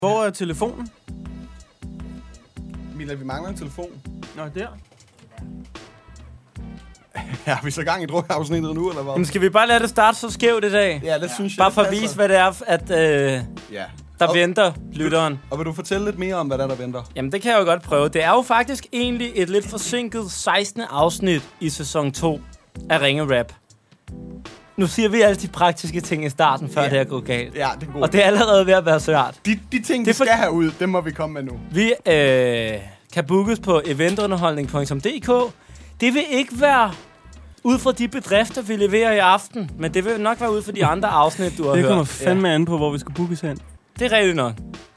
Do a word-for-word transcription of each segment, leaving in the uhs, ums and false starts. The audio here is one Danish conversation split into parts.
Hvor er telefonen? Mila, vi mangler en telefon. Nå, der. Ja, er vi så gang i drukafsnittet nu, eller hvad? Jamen, skal vi bare lade det starte så skævt i dag? Ja, det synes jeg. Bare for at vise, hvad det er, at øh, ja. der og, venter lytteren. Og vil du fortælle lidt mere om, hvad der, der venter? Jamen, det kan jeg jo godt prøve. Det er jo faktisk egentlig et lidt forsinket sekstende afsnit i sæson to af Ringe Rap. Nu siger vi alle de praktiske ting i starten, før yeah. det er gået galt. Ja, det er godt. Og det er allerede ved at være svært. De, de ting, vi for... skal have ud, dem må vi komme med nu. Vi øh, kan bookes på eventunderholdning punktum d k. Det vil ikke være ud fra de bedrifter, vi leverer i aften, men det vil nok være ud fra de andre afsnit, du har hørt. Det kommer fandme ja. an på, hvor vi skal bookes hen. Det er rigtigt nok.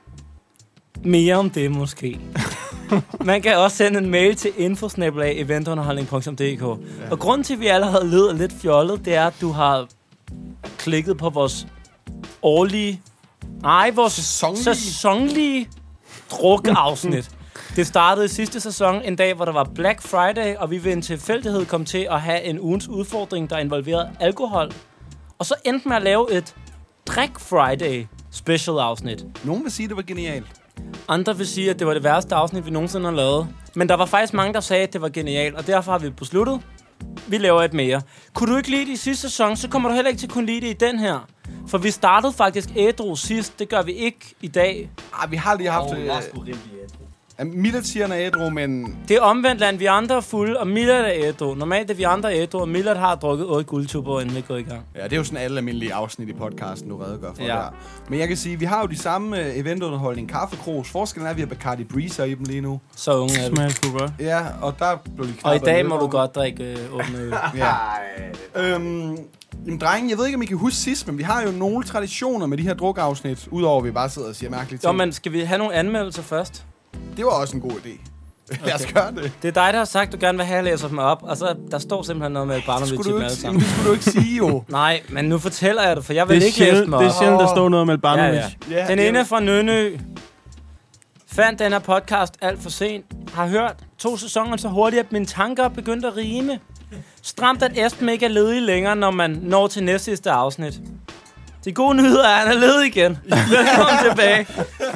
Mere om det måske. Man kan også sende en mail til info snabel-a eventunderholdning punktum d k. Ja. Og grunden til, at vi allerede lyder lidt fjollet, det er, at du har klikket på vores årlige... Nej, vores sæsonlige, sæsonlige drukafsnit. Det startede i sidste sæson, en dag, hvor der var Black Friday, og vi ved en tilfældighed kom til at have en ugens udfordring, der involverede alkohol. Og så endte med at lave et Drik Friday special afsnit. Nogen vil sige, at det var genialt. Andre vil sige, at det var det værste afsnit, vi nogensinde har lavet. Men der var faktisk mange, der sagde, at det var genialt, og derfor har vi besluttet, vi laver et mere. Kunne du ikke lide det i sidste sæson, så kommer du heller ikke til at kunne lide det i den her. For vi startede faktisk ædru sidst, det gør vi ikke i dag. Ah, vi har lige haft... Oh, jeg skulle rimelig ædru. Mila siger, er ædru, men... Det er omvendt land, vi andre er fulde, og Mila er ædru. Normalt er vi andre ædru, og Mila har drukket otte guldtuber, inden vi går i gang. Ja, det er jo sådan alle almindelige afsnit i podcasten, du redegør for ja. der. Men jeg kan sige, vi har jo de samme uh, eventunderholdning, kaffekros. Forskellen er, at vi har Bacardi Breezer i dem lige nu. Så unge er smager sgu godt. Ja, og der blev lige og i dag må du godt drikke øh, åbne øl. Ja. øhm, jamen, drenge, jeg ved ikke, om I kan huske sidst, men vi har jo nogle traditioner med de her drukafsnit, udover at vi bare sidder og siger mærkelige ting. Jo, men skal vi have nogle anmeldelser først? Det var også en god idé. Okay. Lad os gøre det. Det er dig, der har sagt, du gerne vil have, at jeg læser dem op. Og så der står simpelthen noget med Albanovic i dem alle sammen. Det skulle du ikke sige, jo. Nej, men nu fortæller jeg det, for jeg vil ikke læse dem op. Det er sjældent, der står noget med Albanovic. Ja, ja. Den ene er fra Nønø. Fandt den her podcast alt for sent. Har hørt to sæsoner så hurtigt, at mine tanker begyndte at rime. Stramt, at Esben ikke er ledig længere, når man når til næste sidste afsnit. De gode nyheder er, at han er ledig igen. Velkommen tilbage.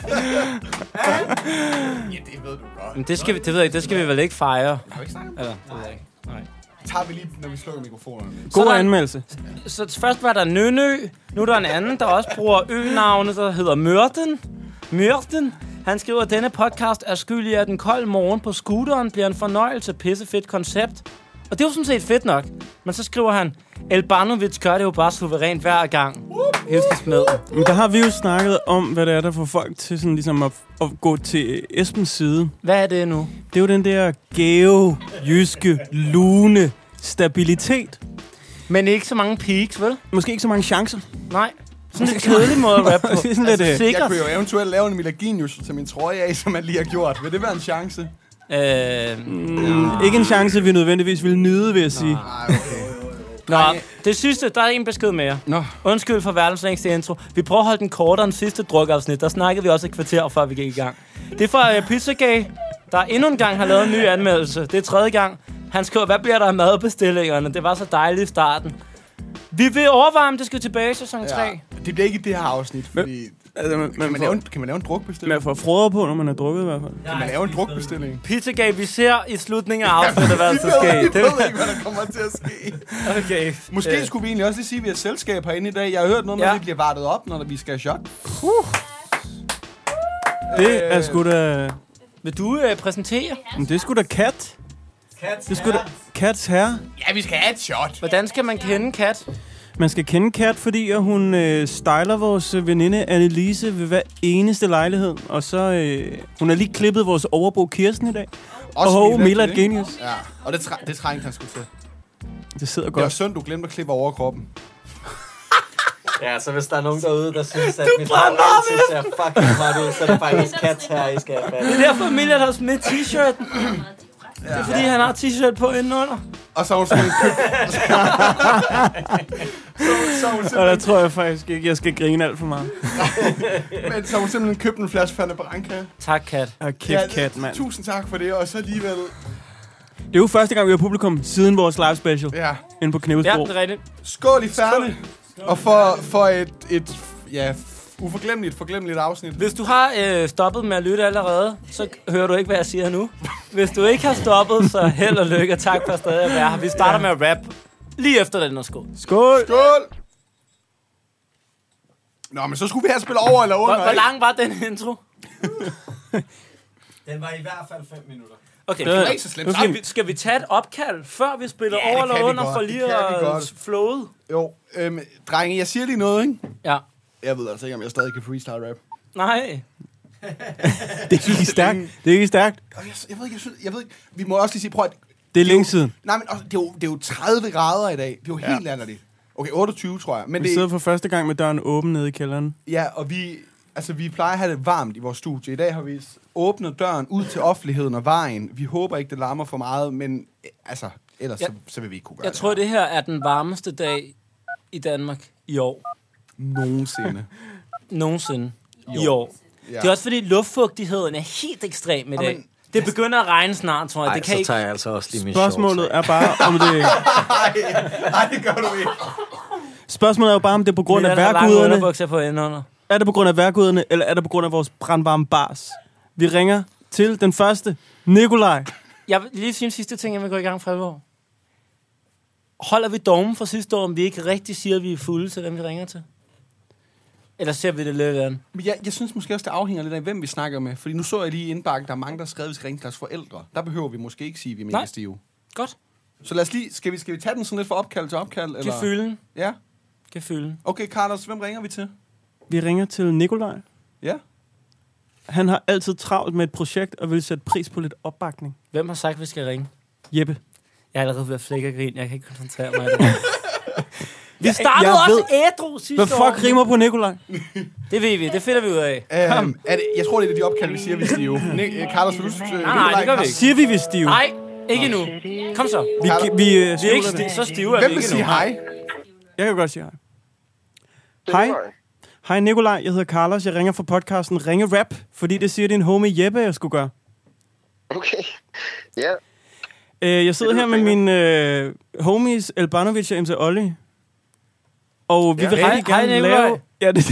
Ja, det ved du godt. Men det skal vi, det ved jeg ikke, det skal vi vel ikke fejre. Har vi ikke snakket? Eller, det ved jeg ikke. Nej. Tager vi lige, når vi slukker mikrofonerne. God der, anmeldelse. Så, så først var der Nønø. Nu er der en anden, der også bruger ø-navnet, der hedder Mørten. Mørten. Han skriver, at denne podcast er skyldig, at den kolde morgen på scooteren bliver en fornøjelse. Pissefedt koncept. Og det er jo sådan set fedt nok. Men så skriver han, Albanovic gør det jo bare suverænt hver gang. Hilskes med. Men der har vi jo snakket om, hvad det er, der får folk til sådan ligesom at, at gå til Esbens side. Hvad er det nu? Det er jo den der gave, jyske, lune stabilitet. Men ikke så mange peaks, vel? Måske ikke så mange chancer. Nej. Sådan en kedelig måde at rappe på. sådan altså, lidt, jeg kunne jo eventuelt lave en Milaginius til min trøje af, som man lige har gjort. Vil det være en chance? Øh, mm, ikke en chance, vi nødvendigvis ville nyde, vil jeg sige. Nej, okay. Nå, det sidste, der er en besked mere. Nå. Undskyld for verdens længste intro. Vi prøver at holde den kortere end sidste drukafsnit. Der snakkede vi også et kvarter, før vi gik i gang. Det er fra uh, Pizzagay, der endnu en gang har lavet en ny anmeldelse. Det er tredje gang. Han skriver, hvad bliver der af madbestillingerne? Det var så dejligt i starten. Vi vil overveje, om det skal tilbage i sæson tre. Ja, det bliver ikke i det her afsnit, fordi... Altså, man, kan, man får, lave en, kan man lave en drukbestilling? Man får froder på, når man har drukket i hvert fald. Kan man lave en drukbestilling? Pizzagay, vi ser i slutningen af afsnittet, hvad der skal ske. Jeg ved ikke, hvad der kommer til at ske. Okay. Måske uh. skulle vi egentlig også lige sige, at vi har selskab herinde i dag. Jeg har hørt noget med, ja. at vi bliver vartet op, når vi skal have shot. Uh. Det er sgu da... Vil du uh, præsentere? Men det er sgu da Kat. Kats det er sgu da Kats herre. Ja, vi skal have et shot. Hvordan skal man kende Kat? Man skal kende Kat, fordi at hun øh, styler vores veninde Annelise ved hver eneste lejlighed. Og så, øh, hun har lige klippet vores overbo Kirsten i dag. Også og Mila et genius. Ja, og det, træ- det trængte han skulle til. Det sidder godt. Det var synd, du glemte at klippe overkroppen. Ja, så hvis der er nogen derude, der synes, at mit hår altid ser fucking godt ud, så er det faktisk Kats her, I skal have fat. Det er derfor, Mila har smidt t-shirten. Ja. Det er fordi, han har t-shirt på indenunder. Og så har hun simpelthen købt... så, så hun simpelthen... Og der tror jeg faktisk ikke, jeg skal grine alt for meget. Men så har hun simpelthen købt en flaske Fanta Branca. Tak, Kat. Og kæft, ja, Kat, mand. Tusind tak for det, og så alligevel... Det er jo første gang, vi har publikum siden vores live special. Ja. Inde på Knivsbro. Ja, det er rigtigt. Skål i færne. Og for, for et, et ja, Uforglemmeligt, forglemmeligt afsnit. Hvis du har øh, stoppet med at lytte allerede, så hører du ikke, hvad jeg siger nu. Hvis du ikke har stoppet, så held og lykke, og tak for at stadig at være her. Vi starter med at rap lige efter den, og skål. Skål! Skål! Nå, men så skulle vi have spillet over eller under, Hvor, hvor lang var den intro? Den var i hvert fald fem minutter. Okay, Det var ikke så slemt. skal vi, skal vi tage et opkald, før vi spiller Ja, det over kan eller vi under, godt. for Det lige kan vi at godt. flowet? Jo, øhm, drenge, jeg siger lige noget, ikke? Ja. Jeg ved altså ikke, om jeg stadig kan freestyle rap. Nej. Det er ikke stærkt. Det er ikke stærkt. Og Jeg, jeg ved ikke, jeg, synes, jeg ved ikke, vi må også lige sige, prøv at... Det er længe siden. Nej, men også, det, er jo, det er jo tredive grader i dag. Det er jo helt ja. Latterligt. Okay, otteogtyve, tror jeg. Men Vi det, sidder for første gang med døren åben nede i kælderen. ja, og vi, altså, vi plejer at have det varmt i vores studie. I dag har vi åbnet døren ud til offentligheden og vejen. Vi håber ikke, det larmer for meget, men øh, altså, ellers Ja. så, så vil vi ikke kunne gøre Jeg det. tror, det her er den varmeste dag i Danmark i år. Nogensinde. Nogensinde Jo. i år. Ja. Det er også fordi luftfugtigheden er helt ekstrem i dag. Jamen, Det begynder at regne snart, tror jeg. Ej, det kan så ikke... tager jeg altså også lige min Spørgsmålet er bare, om det... Nej, det gør du ikke. Spørgsmålet er jo bare, om det er på grund af Mine, der har lange vejrguderne. underbukser på indenunder. Er det på grund af vejrguderne, eller er det på grund af vores brandvarme bars? Vi ringer til den første, Nikolaj. Jeg vil lige sige en sidste ting, jeg vil gå i gang for alvor. Holder vi dogmen fra sidste år, om vi ikke rigtig siger, at vi er fulde til dem, vi ringer til? Eller ser vi det lidt an? Men jeg, jeg synes måske også, det afhænger lidt af, hvem vi snakker med. Fordi nu så jeg lige i indbakken, der er mange, der har skrevet, at vi skal ringe til deres forældre. Der behøver vi måske ikke sige, at vi er mega Nej. stive. Godt. Så lad os lige, skal vi, skal vi tage den sådan lidt fra opkald til opkald? Eller? Gefylden. Ja. Gefylden. Okay, Carlos, hvem ringer vi til? Vi ringer til Nikolaj. Ja. Han har altid travlt med et projekt og vil sætte pris på lidt opbakning. Hvem har sagt, at vi skal ringe? Jeppe. Jeg er allerede ved at flække og grine. Jeg kan ikke koncentrere mig. Vi startede jeg også ved- ædru sidste Hvad år. fuck rimer på Nikolaj? Det ved vi. Det finder vi ud af. Um, er det, jeg tror, det er de opkald, vi siger, vi er stive. Nik- øh, Carlos, vil du... Øh, nej, det gør vi ikke. Siger vi, vi er stive? Nej, ikke endnu. Kom så. Vi, Carlo- vi, vi, øh, Vi er ikke skjuler det. sti- så stive, er Hvem vi vil ikke sige endnu. hej? Jeg kan godt sige hej. Hej. Hej Nikolaj, jeg hedder Carlos. Jeg ringer fra podcasten Ringe Rap, fordi det siger din homie Jeppe, jeg skulle gøre. Okay, ja. Øh, jeg sidder Det her lyder med mine øh, homies Elbanovic og M C Olli. Og vi Ja. vil Hej- rigtig hej, gerne Nikolaj. lave... Ja, det,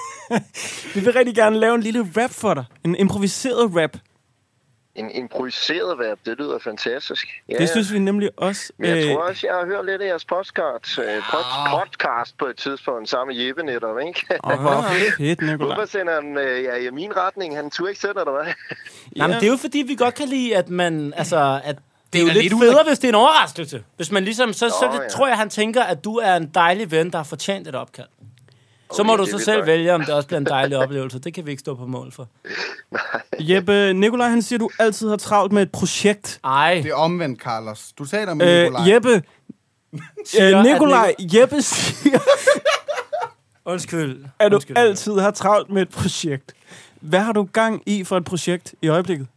vi vil rigtig gerne lave en lille rap for dig. En improviseret rap. En improviseret rap, det lyder fantastisk. Ja, Det synes vi nemlig også. Men jeg øh, tror også, jeg har hørt lidt af jeres podcast, øh, pod, podcast på et tidspunkt sammen med Jeppe netop, ikke? Åh, hvor fedt, Nikolaj. Hvorfor sender han øh, ja, i min retning? Han turde ikke sende, eller hvad? Nej, men det er jo fordi, vi godt kan lide, at man... Altså, at det er jo er lidt, lidt ud federe, hvis det er en overraskelse. Hvis man ligesom... Så, så Nå, det, ja. tror jeg, han tænker, at du er en dejlig ven, der har fortjent et opkald. Så må Okay, du det så vil selv jeg. vælge, om det også bliver en dejlig oplevelse. Det kan vi ikke stå på mål for. Jeppe, Nikolaj han siger, du altid har travlt med et projekt. Ej. Det er omvendt, Carlos. Du taler med Øh, Nikolaj. Jeppe... Siger, Øh, at Nikolaj, Jeppe siger, Undskyld. at du Undskyld. altid har travlt med et projekt. Hvad har du gang i for et projekt i øjeblikket?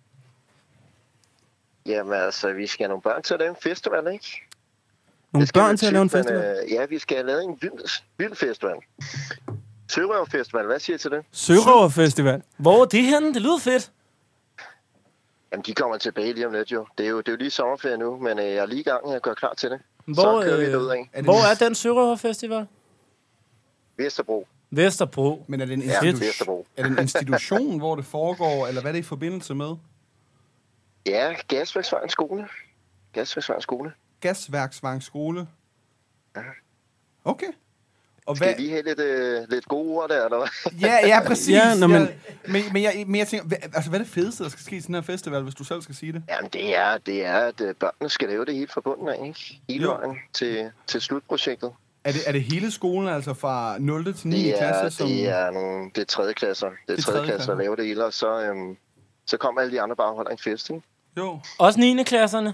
Jamen altså, vi skal have nogle børn til at lave en festival, ikke? Nogle Det skal børn vi til at lave en tit, men, festival? øh, ja, vi skal have lavet en vild, vild festival. Sørøverfestival, hvad siger I til det? Sørøverfestival. Hvor er det henne? Det lyder fedt. Jamen, de kommer tilbage lige om lidt, jo. Det er jo, det er jo lige sommerferie nu, men øh, jeg er lige i gang med at gøre klar til det. Hvor, Så kører vi øh, derudad. Er det Hvor en- er den Sørøverfestival? Vesterbro. Vesterbro. Men er det en, Ja, institu- Vesterbro. er det en institution, hvor det foregår, eller hvad er det i forbindelse med? Ja, Gasværksvejen skole. Gasværksvejen skole. Gasværksvang skole. Okay. Og Skal hvad? vi lige have lidt, øh, lidt gode ord der, eller hvad? Ja, ja, præcis. Ja, nå, men- Jeg, men, men, jeg, men jeg tænker, hvad, altså, hvad er det fedeste, der skal ske i sådan her festival, hvis du selv skal sige det? Jamen, det er, det er at øh, børnene skal lave det helt fra bunden af, ikke? Hele Jo. vejen til, til slutprojektet. Er det, er det hele skolen, altså fra nul til niende Det er, klasse? Som... det er nogle, det er tredje klasser. Det er Det er tredje tredje klasser, der klasser. laver det hele, og så, øhm, så kommer alle de andre bare og holder en fest, ikke? Jo. Også niende klasserne.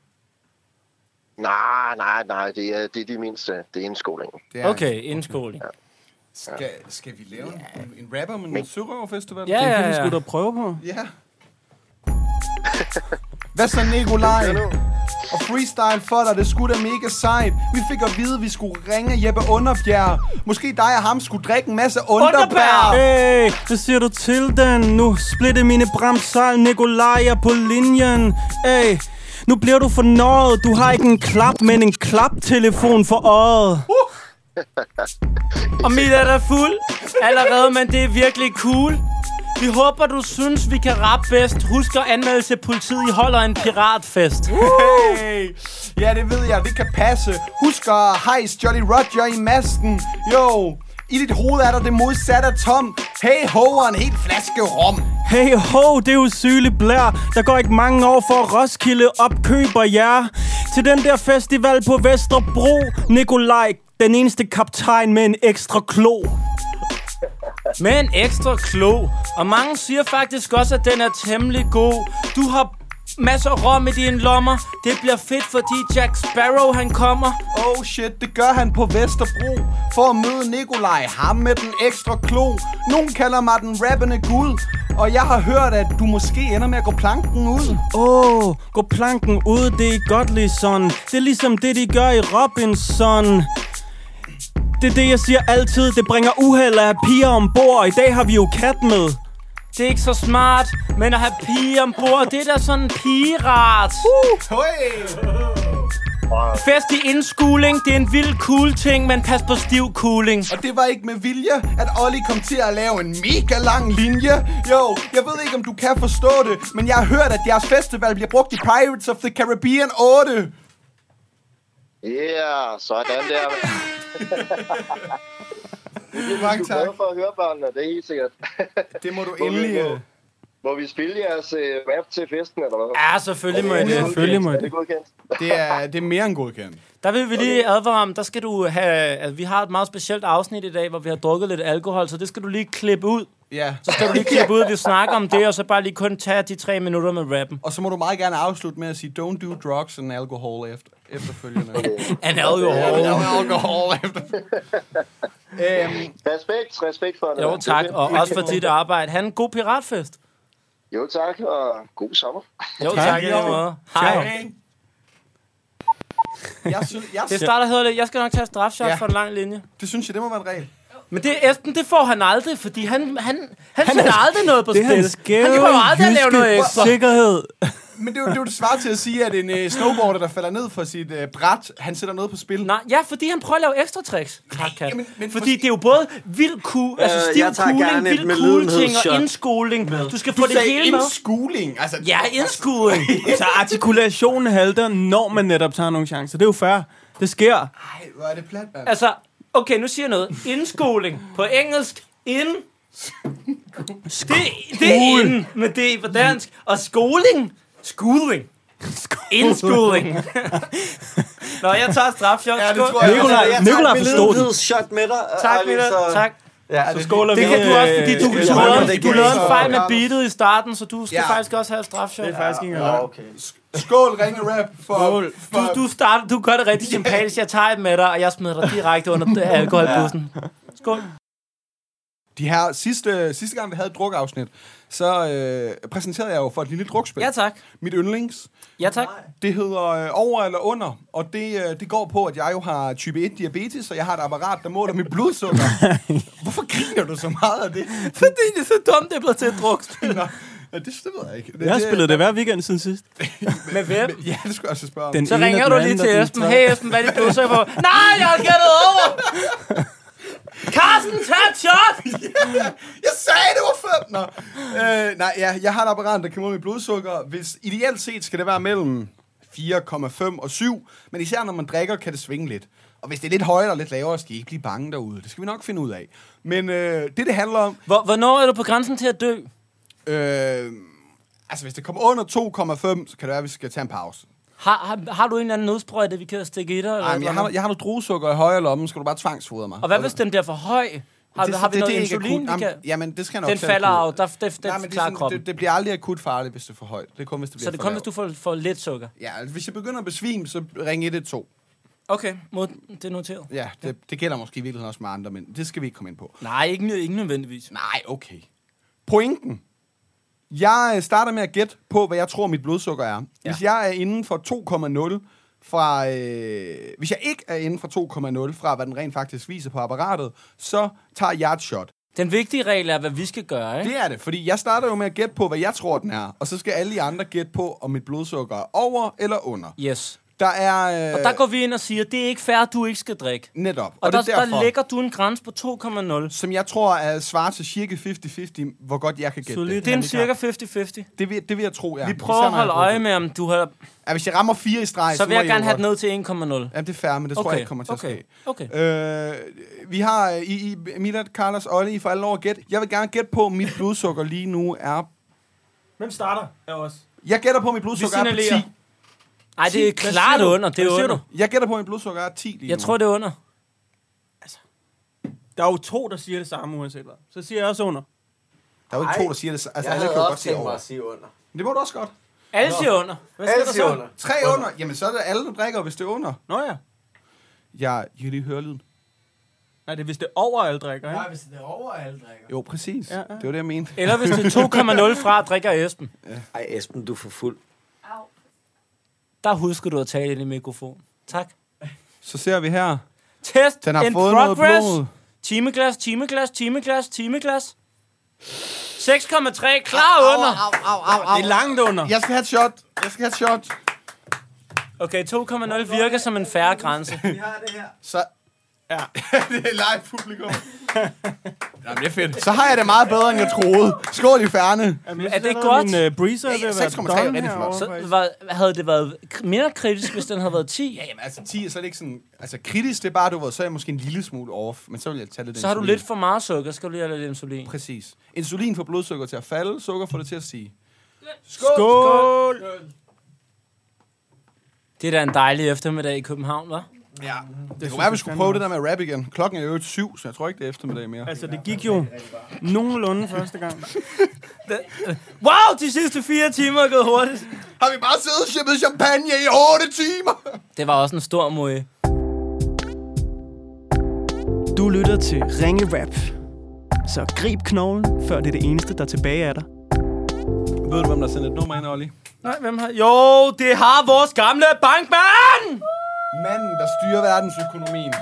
Nej, nej, nej, det er, det er de mindste. Det er indskolingen. Det er, Okay, indskoling. Skal, skal vi lave en, en rapper med en Sørøverfestival? Ja, Det ja, kan vi ja. sgu da prøve på. Ja. Hvad så, Nikolaj? Hvad nu? Og freestyle for dig, det skulle da mega sejt. Vi fik at vide, at vi skulle ringe Jeppe Underbjerg. Måske dig og ham skulle drikke en masse underbær. Hey, hvad siger du til den? Nu splitte mine bremsejl, Nikolaj er på linjen. Hey, nu bliver du fornøjet. Du har ikke en klap, men en klaptelefon for øjet. Og mit er der fuld allerede, men det er virkelig cool. Vi håber, du synes, vi kan rappe bedst. Husk at anmelde til politiet. I holder en piratfest. Hey! Ja, det ved jeg. Det kan passe. Husk at hejse Jolly Roger i masken. Jo, i dit hoved er der det modsatte af tom. Hey ho, og en helt flaske rom. Hey ho, det er jo sygeligt blær. Der går ikke mange år for Roskilde opkøber jer. Til den der festival på Vesterbro. Nikolaj, den eneste kaptajn med en ekstra klo. Med en ekstra klo. Og mange siger faktisk også, at den er temmelig god. Du har masser af rom i dine lommer. Det bliver fedt, fordi Jack Sparrow han kommer. Oh shit, det gør han på Vesterbro. For at møde Nikolaj, ham med den ekstra klo. Nogen kalder mig den rappende gud. Og jeg har hørt, at du måske ender med at gå planken ud. Åh, oh, gå planken ud, det er godligt sådan. Det er ligesom det, de gør i Robinson. Det er det, jeg siger altid. Det bringer uheld at have piger ombord. Og i dag har vi jo kat med. Det er ikke så smart, men at have piger ombord, det er da sådan en pirat. Uh, hey. Fest i indskooling, det er en vild cool ting, men pas på stiv cooling. Og det var ikke med vilje, at Olli kom til at lave en mega lang linje. Jo, jeg ved ikke, om du kan forstå det, men jeg har hørt, at jeres festival bliver brugt i Pirates of the Caribbean otte. Ja, yeah, sådan der. Mange Du er tak. glad for at høre, børnene, det er helt sikkert. Det må du Må vi- endelig... må- Må vi spille jeres øh, rap til festen, eller hvad? Ja, selvfølgelig må jeg det. Selvfølgelig må Er jeg det godkendt? Det er, det er mere end godkendt. Der vil vi lige advare om, der skal du have... Altså, vi har et meget specielt afsnit i dag, hvor vi har drukket lidt alkohol, så det skal du lige klippe ud. Ja. Så skal du lige klippe ud, at vi snakker om det, og så bare lige kun tage de tre minutter med rappen. Og så må du meget gerne afslutte med at sige, don't do drugs and alcohol efter, efterfølgende. And alcohol. Alcohol efter. øhm, Respekt, respekt for det. Jo, tak. Og også for dit arbejde. Han en god piratfest. Jo, tak, og god sommer. Jo, tak. i lige måde. Hej. jeg synes, jeg, Det starter hedder det. Jeg skal nok tage strafshot Ja. for en lang linje. det synes jeg, det må være en regel. Men det, Esben, det får han aldrig, fordi han, han, han sætter aldrig noget på Det er spil. hans skæve, Han prøver aldrig at lave noget jyske ekstra. sikkerhed. Men det er jo det, er jo det svar til at sige, at en uh, snowboarder, der falder ned fra sit uh, bræt, han sætter noget på spil. Nej, ja, fordi han prøver at lave ekstra tricks. Tak, Kat. Jamen, men Fordi måske- det er jo både vild cool, altså Øh, stiv jeg tager cooling, gerne et vild cool ting og medlidenhedsshot. indskoling. Du skal Du få det sagde hele med. indskooling. Altså, Ja, indskoling. Så artikulationen halter, når man netop tager nogle chancer. Det er jo fair. Det sker. Ej, hvor er det plat, mand. Altså, okay, nu siger jeg noget. Indskoling. På engelsk, ind. Det, det er ind med det på dansk. Og skoling. Schooling. Indskoling. Nå, jeg tager strafshot. Ja, det Skål. tror jeg. Nikolaj, Jeg tager Nikolaj et forstod den. medlidenhedsshot med dig. Tak, Ejli, Peter. så- Tak. Ja, Så skåler vi. Det kan du også, fordi du, Øh, du, øh, lavede, det du kan lavede en så- fejl med Carlos. beatet i starten, så du skal Ja. faktisk også have strafshot. Det er faktisk ikke Ja, engang. okay. Skål, ringe rap for... for Du, du, starter, du gør det rigtig sympatisk. Jeg tager et med dig, og jeg smider dig direkte under alkoholbussen. Skål. De her sidste, sidste gang, vi havde et drukafsnit, så øh, præsenterede jeg jo for et lille drukspil. Ja, tak. Mit yndlings. Ja, tak. Det hedder øh, over eller under, og det, øh, det går på, at jeg jo har type et diabetes, og jeg har et apparat, der måler mit blodsukker. Hvorfor griner du så meget af det? Fordi det er så dumt, det er blevet til et drukspil. Nå, ja, det, det ved jeg ikke. Det, Jeg har spillet det hver weekend siden sidst. Med hvem? Men, ja, det skulle jeg også spørge om. Den Så ene, ringer den du anden lige og til den Esben. tredje. Hey Esben, hvad er dit blodsukker på? Nej, jeg har gættet over! Carsten, tag et shot! Jeg sagde, det var fedt! Nå. Øh, nej, ja, jeg har et apparat, der kan måle mit blodsukker. Hvis ideelt set skal det være mellem fire komma fem og syv, men især når man drikker, kan det svinge lidt. Og hvis det er lidt højere og lidt lavere, skal I ikke blive bange derude. Det skal vi nok finde ud af. Men øh, det, det handler om... Hvor, hvornår er du på grænsen til at dø? Øh, altså, hvis det kommer under to komma fem, så kan det være, at vi skal tage en pause. Har, har, har du en eller anden nødsprøjte, vi kan stikke i dig? Eller Ej, men jeg har, jeg har noget druesukker i højre lomme, skal du bare tvangsfodre mig. Og hvad hvis den bliver for høj? Har, det, har vi det, noget det ikke insulin, akut. vi kan... Jamen, jamen, det skal jeg nok Den selv falder kunne. af, der, det, det, Nej, det men det, er klarer sådan, kroppen. det, det bliver aldrig akut farligt, hvis det er for højt. Det er kun, hvis det bliver Så det er for kun, hvis lavt. du får, får lidt sukker? Ja, altså, hvis jeg begynder at besvime, så ring et et to. Okay, mod, det er noteret. Ja, det, det gælder måske i virkeligheden også med andre, men det skal vi ikke komme ind på. Nej, ikke, ikke nødvendigvis. Nej, okay. Pointen. Jeg starter med at gætte på, hvad jeg tror, mit blodsukker er. Ja. Hvis jeg er inden for to komma nul fra... Øh, hvis jeg ikke er inden for to komma nul fra, hvad den rent faktisk viser på apparatet, så tager jeg et shot. Den vigtige regel er, hvad vi skal gøre, ikke? Det er det, fordi jeg starter jo med at gætte på, hvad jeg tror, den er. Og så skal alle de andre gætte på, om mit blodsukker er over eller under. Yes. Der er... Øh, Og der går vi ind og siger, det er ikke fair, at du ikke skal drikke. Netop. Og, Og, det der, er derfor, der lægger du en grænse på to komma nul. som jeg tror er svarer til cirka halvtreds halvtreds, hvor godt jeg kan gætte Solid. det. Det er en cirka halvtreds halvtreds. Det vil, det vil jeg tro, ja. Vi prøver at holde øje med, om du har... Ja, hvis jeg rammer fire i streg, Så vil jeg må I gerne jo have den godt- ned til en komma nul. Ja, det er fair, men det tror Okay, jeg ikke kommer til okay, at okay. ske. Øh, vi har øh, i, i Milad, Carlos, Olli, for alle over gæt. Jeg vil gerne gætte på, at mit blodsukker lige nu er... Hvem starter af os? Jeg gætter på, at mit blodsukker er på signalerer. ti. Nej, det er Hvad klart siger du? under. Det er Hvad siger under. du? Jeg gætter på, at mit blodsukker er ti lige Jeg nu. tror, det er under. Der er jo to, der siger det samme, uanset hvad. Så siger jeg også under. Der er jo ikke to, der siger det. Altså, Jeg alle havde kan jo godt også sige tænkt mig over. at sige under. Det må du også godt. Alle siger under. Hvad skal Alle der siger så? under. Tre under. Jamen, så er det alle, der drikker, hvis det er under. Nå ja. Jeg, jeg kan lige høre lyden. Nej, det er hvis det er over alle drikker, ikke? Nej, hvis det er over alle drikker. Jo, præcis. Ja, ja. Det var det, jeg mente. Eller hvis det er to komma nul fra, drikker Esben. Ej, Esben, du er for fuld. Der husker du at tale ind i mikrofon. Tak. Så ser vi her. Test Den har in fået noget progress. blod. Timeglas, timeglas, timeglas, timeglas. seks komma tre, klar under. Det er langt under. Jeg skal have et shot. Jeg skal have et shot. Okay, to komma nul virker som en færre grænse. Vi har det her. Så... Ja. Det er live publikum. Jamen, det er fedt. Så har jeg det meget bedre, end jeg troede. Skål i færne. Jamen, Er det godt? Min uh, breezer Ja, er ved at seks være komma tre er done rigtig flot. herovre, Så faktisk. var, havde det været k- mere kritisk, hvis den havde været ti? Ja, jamen, altså ti er så er det ikke sådan... Altså, kritisk, det er bare, du ved, så er jeg måske en lille smule off. Men så vil jeg tage lidt Så har du insulin. lidt for meget sukker. Skal du lige have lidt insulin? Præcis. Insulin får blodsukker til at falde, sukker får det til at stige. Skål! Det er da en dejlig eftermiddag i København, hva'? Ja. Det kunne være, vi skulle prøve det der med rap igen. Klokken er jo et syv, så jeg tror ikke, det er eftermiddag mere. Altså, det gik jo nogenlunde første gang. Wow, de sidste fire timer er gået hurtigt. Har vi bare siddet og shippet champagne i otte timer? Det var også en stor moe. Du lytter til Ringe Rap. Så grib knoglen, før det er det eneste, der er tilbage af dig. Ved du, hvem der sendte et nummer ind, Olli? Nej, hvem har... Jo, det har vores gamle bankmand! Manden, der styrer verdensøkonomien.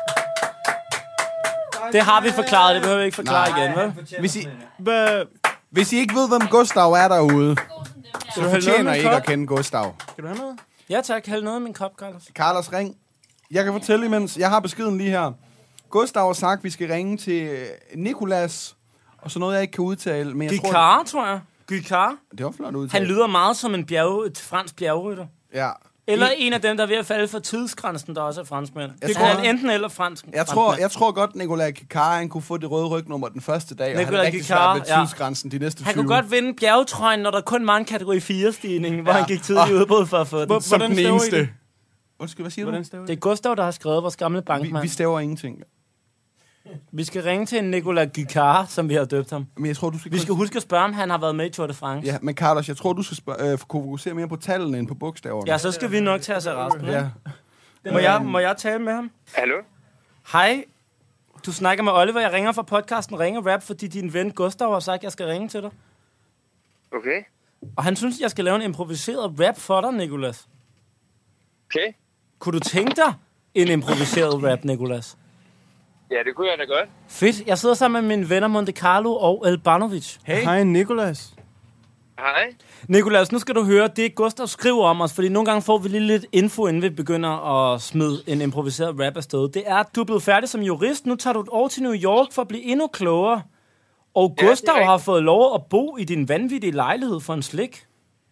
Det har vi forklaret, det behøver vi ikke forklare Nej. igen, vel? Hvis I, Hvad? hvis I ikke ved, hvem Gustav er derude, så have fortjener noget I med ikke kop? at kende Gustav. Skal du have noget? Ja tak, hæld noget i min kop, Carlos. Carlos, ring. Jeg kan fortælle imens. Jeg har beskeden lige her. Gustav har sagt, at vi skal ringe til Nicolas. Og så noget, jeg ikke kan udtale. Men jeg tror, Gikar, tror jeg. Gikar. det var flot udtalt. Han lyder meget som en bjerg, et fransk bjergrytter. Ja. Eller en af dem, der er ved at falde for tidsgrænsen, der også er franskmænd. Det tror- er han enten eller fransk. Jeg tror, jeg tror godt, Nicolai Kikar, han kunne få det røde rygnummer den første dag, og han Nicolai er rigtig Kikar, svært med ja. tidsgrænsen de næste tyve. Han kunne godt vinde bjergetrøjen, når der kun var en kategori fire-stigning, hvor Ja. han gik tidligt i udbrud for at få den. Hvor- som Hvordan den staver I eneste. det? Undskyld, hvad siger Hvordan du? staver Det er Gustav, der har skrevet vores gamle Vi, bankmand. vi Vi, staver ingenting. vi skal ringe til en Nicolas Gikar, som vi har døbt ham. Men jeg tror, du skal... Vi skal huske at spørge, om han har været med i Tour de France. Ja, men Carlos, jeg tror, du skal spørge, øh, fokusere mere på tallene end på bogstaverne. Ja, så skal vi nok tage os af resten. Ja. Må jeg, må jeg tale med ham? Hallo? Hej. Du snakker med Oliver. Jeg ringer fra podcasten Ringe Rap, fordi din ven Gustav har sagt, at jeg skal ringe til dig. Okay. Og han synes, jeg skal lave en improviseret rap for dig, Nicolas. Okay. Kunne du tænke dig en improviseret rap, Nicolas? Ja, det kunne jeg da godt. Fedt. Jeg sidder sammen med mine venner Monte Carlo og Elbanovic. Hey. Hej, Nicolas. Hej. Nicolas, nu skal du høre det, Gustav skriver om os, fordi nogle gange får vi lige lidt info, inden vi begynder at smide en improviseret rap afsted. Det er, at du er blevet færdig som jurist. Nu tager du et år til New York for at blive endnu klogere. Og Ja, Gustav det er har fået lov at bo i din vanvittige lejlighed for en slik.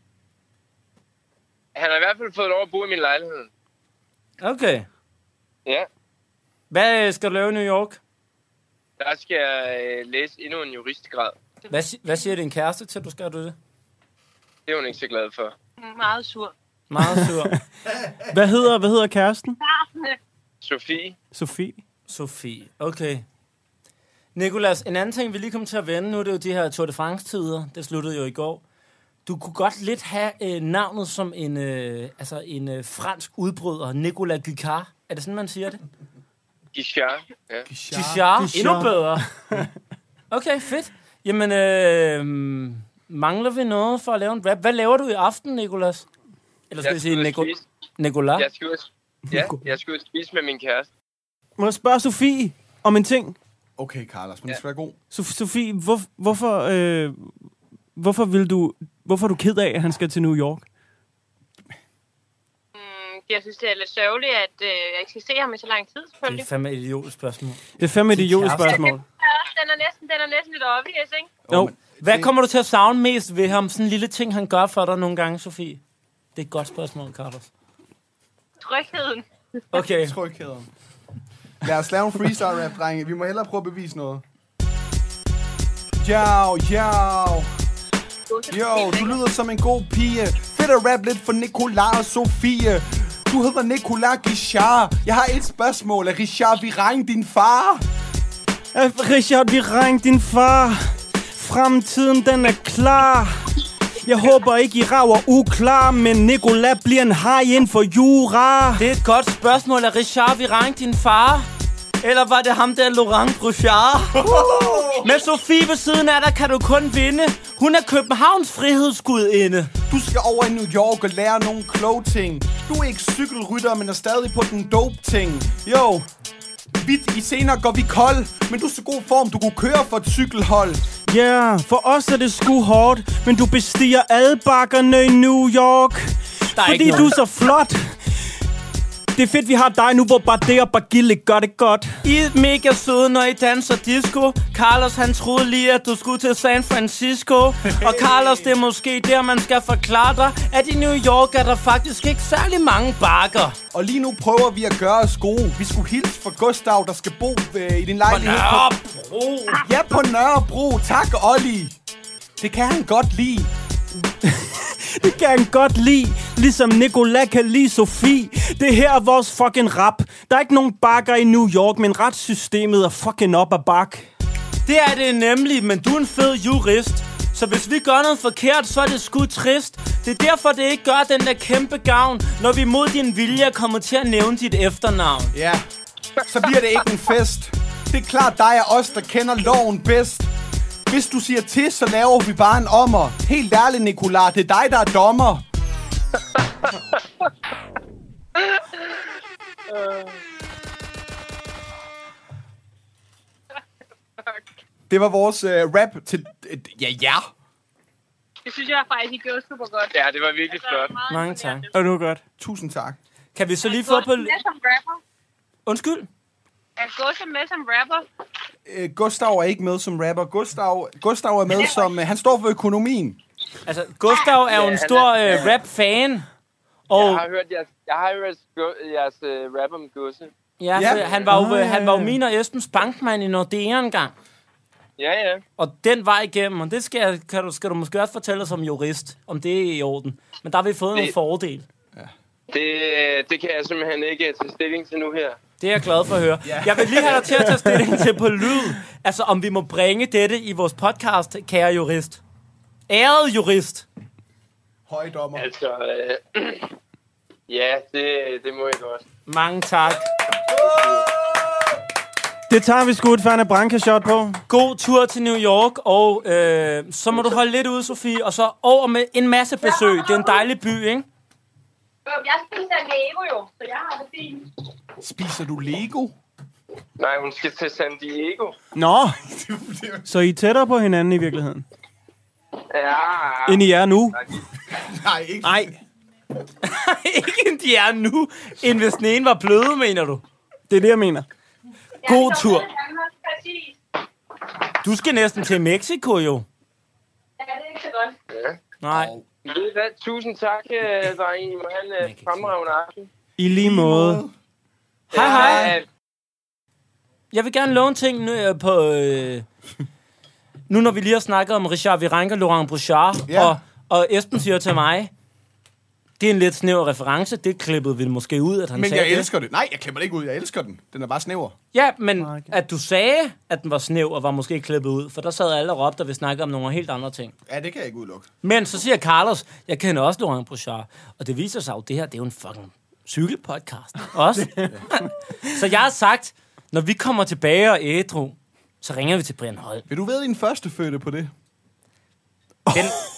Han har i hvert fald fået lov at bo i min lejlighed. Okay. Ja. Hvad skal du lave i New York? Der skal jeg øh, læse endnu en juristgrad. Hvad, si- hvad siger din kæreste til, at du skal du det? Det er hun ikke så glad for. Meget sur. Meget sur. Hvad hedder, hvad hedder kæresten? Sofie. Sofie. Sofie. Okay. Nicolas, en anden ting, vi lige kom til at vende, nu er det jo de her Tour de France-tider. Det sluttede jo i går. Du kunne godt lidt have øh, navnet som en, øh, altså en øh, fransk udbryder, Nicolas Gikar. Er det sådan, man siger det? Gichard. Ja. Gishar. Endnu bedre. Okay, fedt. Jamen, øh, mangler vi noget for at lave en rap? Hvad laver du i aften, Nicolas? Eller skal Jeg vi sige skal ud Nico- og spise. Nicolas? Jeg skal ud og- Ja, jeg skal ud og spise med min kæreste. Må jeg spørge Sofie om en ting? Okay, Carlos, men det skal være god. Sof- Sofie, hvor, hvorfor, øh, hvorfor vil du, hvorfor er du ked af, at han skal til New York? Mm, jeg synes, det er lidt sørgeligt, at øh, jeg ikke skal se ham i så lang tid, Det selvfølgelig. er fandme et idiotisk spørgsmål. Det er fandme et idiotisk spørgsmål. Den er næsten, den er næsten lidt obvious, ikke? Jo. Hvad kommer du til at savne mest ved ham? Sådan en lille ting, han gør for dig nogle gange, Sofie. Det er et godt spørgsmål, Carlos. Trygheden. Okay. Trygheden. Lad os lave en freestyle rap, drenge. Vi må hellere prøve at bevise noget. Yo, yo. Jo, du lyder som en god pige. Fedt at rap lidt for Nicolai og Sofie. Du hedder Nicolai Richard. Jeg har et spørgsmål. Er Richard Virang din far? Richard Virang, din far. Fremtiden, den er klar. Jeg håber ikke, I rager uklar, men Nicolai bliver en hej inden for jura. Det er et godt spørgsmål. Er Richard Virang din far? Eller var det ham der, Laurent Brochard? Med Sofie ved siden af dig kan du kun vinde. Hun er Københavns frihedsgudinde. Du skal over i New York og lære nogle kloge ting. Du er ikke cykelrytter, men er stadig på den dope-ting. Jo, vidt i senere går vi kold, men du er så god form, du kunne køre for et cykelhold. Ja, yeah, for os er det sgu hårdt, men du bestiger alle bakkerne i New York. Der er Fordi ikke du er så flot. Det er fedt, vi har dig nu, hvor bare det og Bagille gør det godt. I er mega søde, når I danser disco. Carlos, han troede lige, at du skulle til San Francisco. Og Carlos, det er måske der, man skal forklare dig, at i New York er der faktisk ikke særlig mange bakker. Og lige nu prøver vi at gøre os gode. Vi skulle hilse fra Gustav, der skal bo øh, i din lejlighed. På Nørrebro. Ja, på Nørrebro. Tak, Olli. Det kan han godt lide. Det kan han godt lide, ligesom Nicolai kan lide Sofie. Det her er vores fucking rap. Der er ikke nogen bakker i New York, men retssystemet er fucking op ad bak. Det er det nemlig, men du er en fed jurist. Så hvis vi gør noget forkert, så er det sgu trist. Det er derfor, det ikke gør den der kæmpe gavn, når vi mod din vilje kommer til at nævne dit efternavn. Ja, så bliver det ikke en fest. Det er klart dig og os, der kender loven bedst. Hvis du siger til, så laver vi bare en ommer. Helt ærligt, Nicolai, det er dig, der er dommer. Det var vores uh, rap til... Uh, ja, ja. Det synes jeg faktisk, I gjorde super godt. Ja, det var virkelig flot. Mange tak. Og du er godt. Tusind tak. Kan vi så lige få Gå på... med som rapper. Undskyld? Er Gustav med som rapper? Uh, Gustav er ikke med som rapper. Gustav, Gustav er med som... Uh, han står for økonomien. Altså, Gustav er jo en stor uh, rap-fan. Og Jeg har hørt jeres, jeg har hørt gu- jeres uh, rap om Gusse. ja, Ja. for han var jo, Ah, ja, han var jo ja. min og Esbens bankmand i Nordea engang. Ja, ja. Og den var igennem, og det skal, kan du, skal du måske også fortælle os om jurist, om det er i orden. Men der har vi fået Det- nogle fordele. Det, det kan jeg simpelthen ikke tage stilling til nu her. Det er jeg glad for at høre. Yeah. Jeg vil lige have dig til at tage stilling til på lyd. Altså, om vi må bringe dette i vores podcast, kære jurist. Ærede jurist. Højdommer. Altså, øh, ja, det, det må jeg godt. Mange tak. Det tager vi sgu et Ferne Branca-shot på. God tur til New York, og øh, så må du holde lidt ude, Sofie, og så over med en masse besøg. Det er en dejlig by, ikke? Jeg spiser Lego jo, så jeg har det fint. Spiser du Lego? Nej, hun skal til San Diego. Nå, så I er tættere på hinanden i virkeligheden, Ja. end I er nu. Nej, ikke. Nej, Ikke end de er nu, end hvis den ene var bløde, mener du? det er det, jeg mener. God tur. Præcis. Du skal næsten til Mexico, jo. Ja, det er ikke så godt. Ja. Nej. Ved I hvad? Tusind tak, øh, drenge. I må have en øh, fremragende aften. I lige måde. Hej, hej. Ja, Jeg vil gerne låne en ting nu, øh, på... Øh, nu når vi lige har snakket om Richard Virenque og Laurent Brochard, Ja. og, og Esben siger til mig, det er en lidt snæver reference, det klippede vi måske ud, at han Men sagde jeg det. elsker det. Nej, jeg klipper det ikke ud. Jeg elsker den. Den er bare snæver. Ja, men at du sagde, at den var snæv og var måske klippet ud, for der sad alle og råbte, og vi snakkede om nogle helt andre ting. Ja, det kan jeg ikke udelukke. Men så siger Carlos, jeg kender også Laurent Brochard, og det viser sig jo, det her, det er jo en fucking cykelpodcast. Også. Så jeg har sagt, når vi kommer tilbage og ædru, så ringer vi til Brian Holm. Vil du vide din første fødte på det? Den,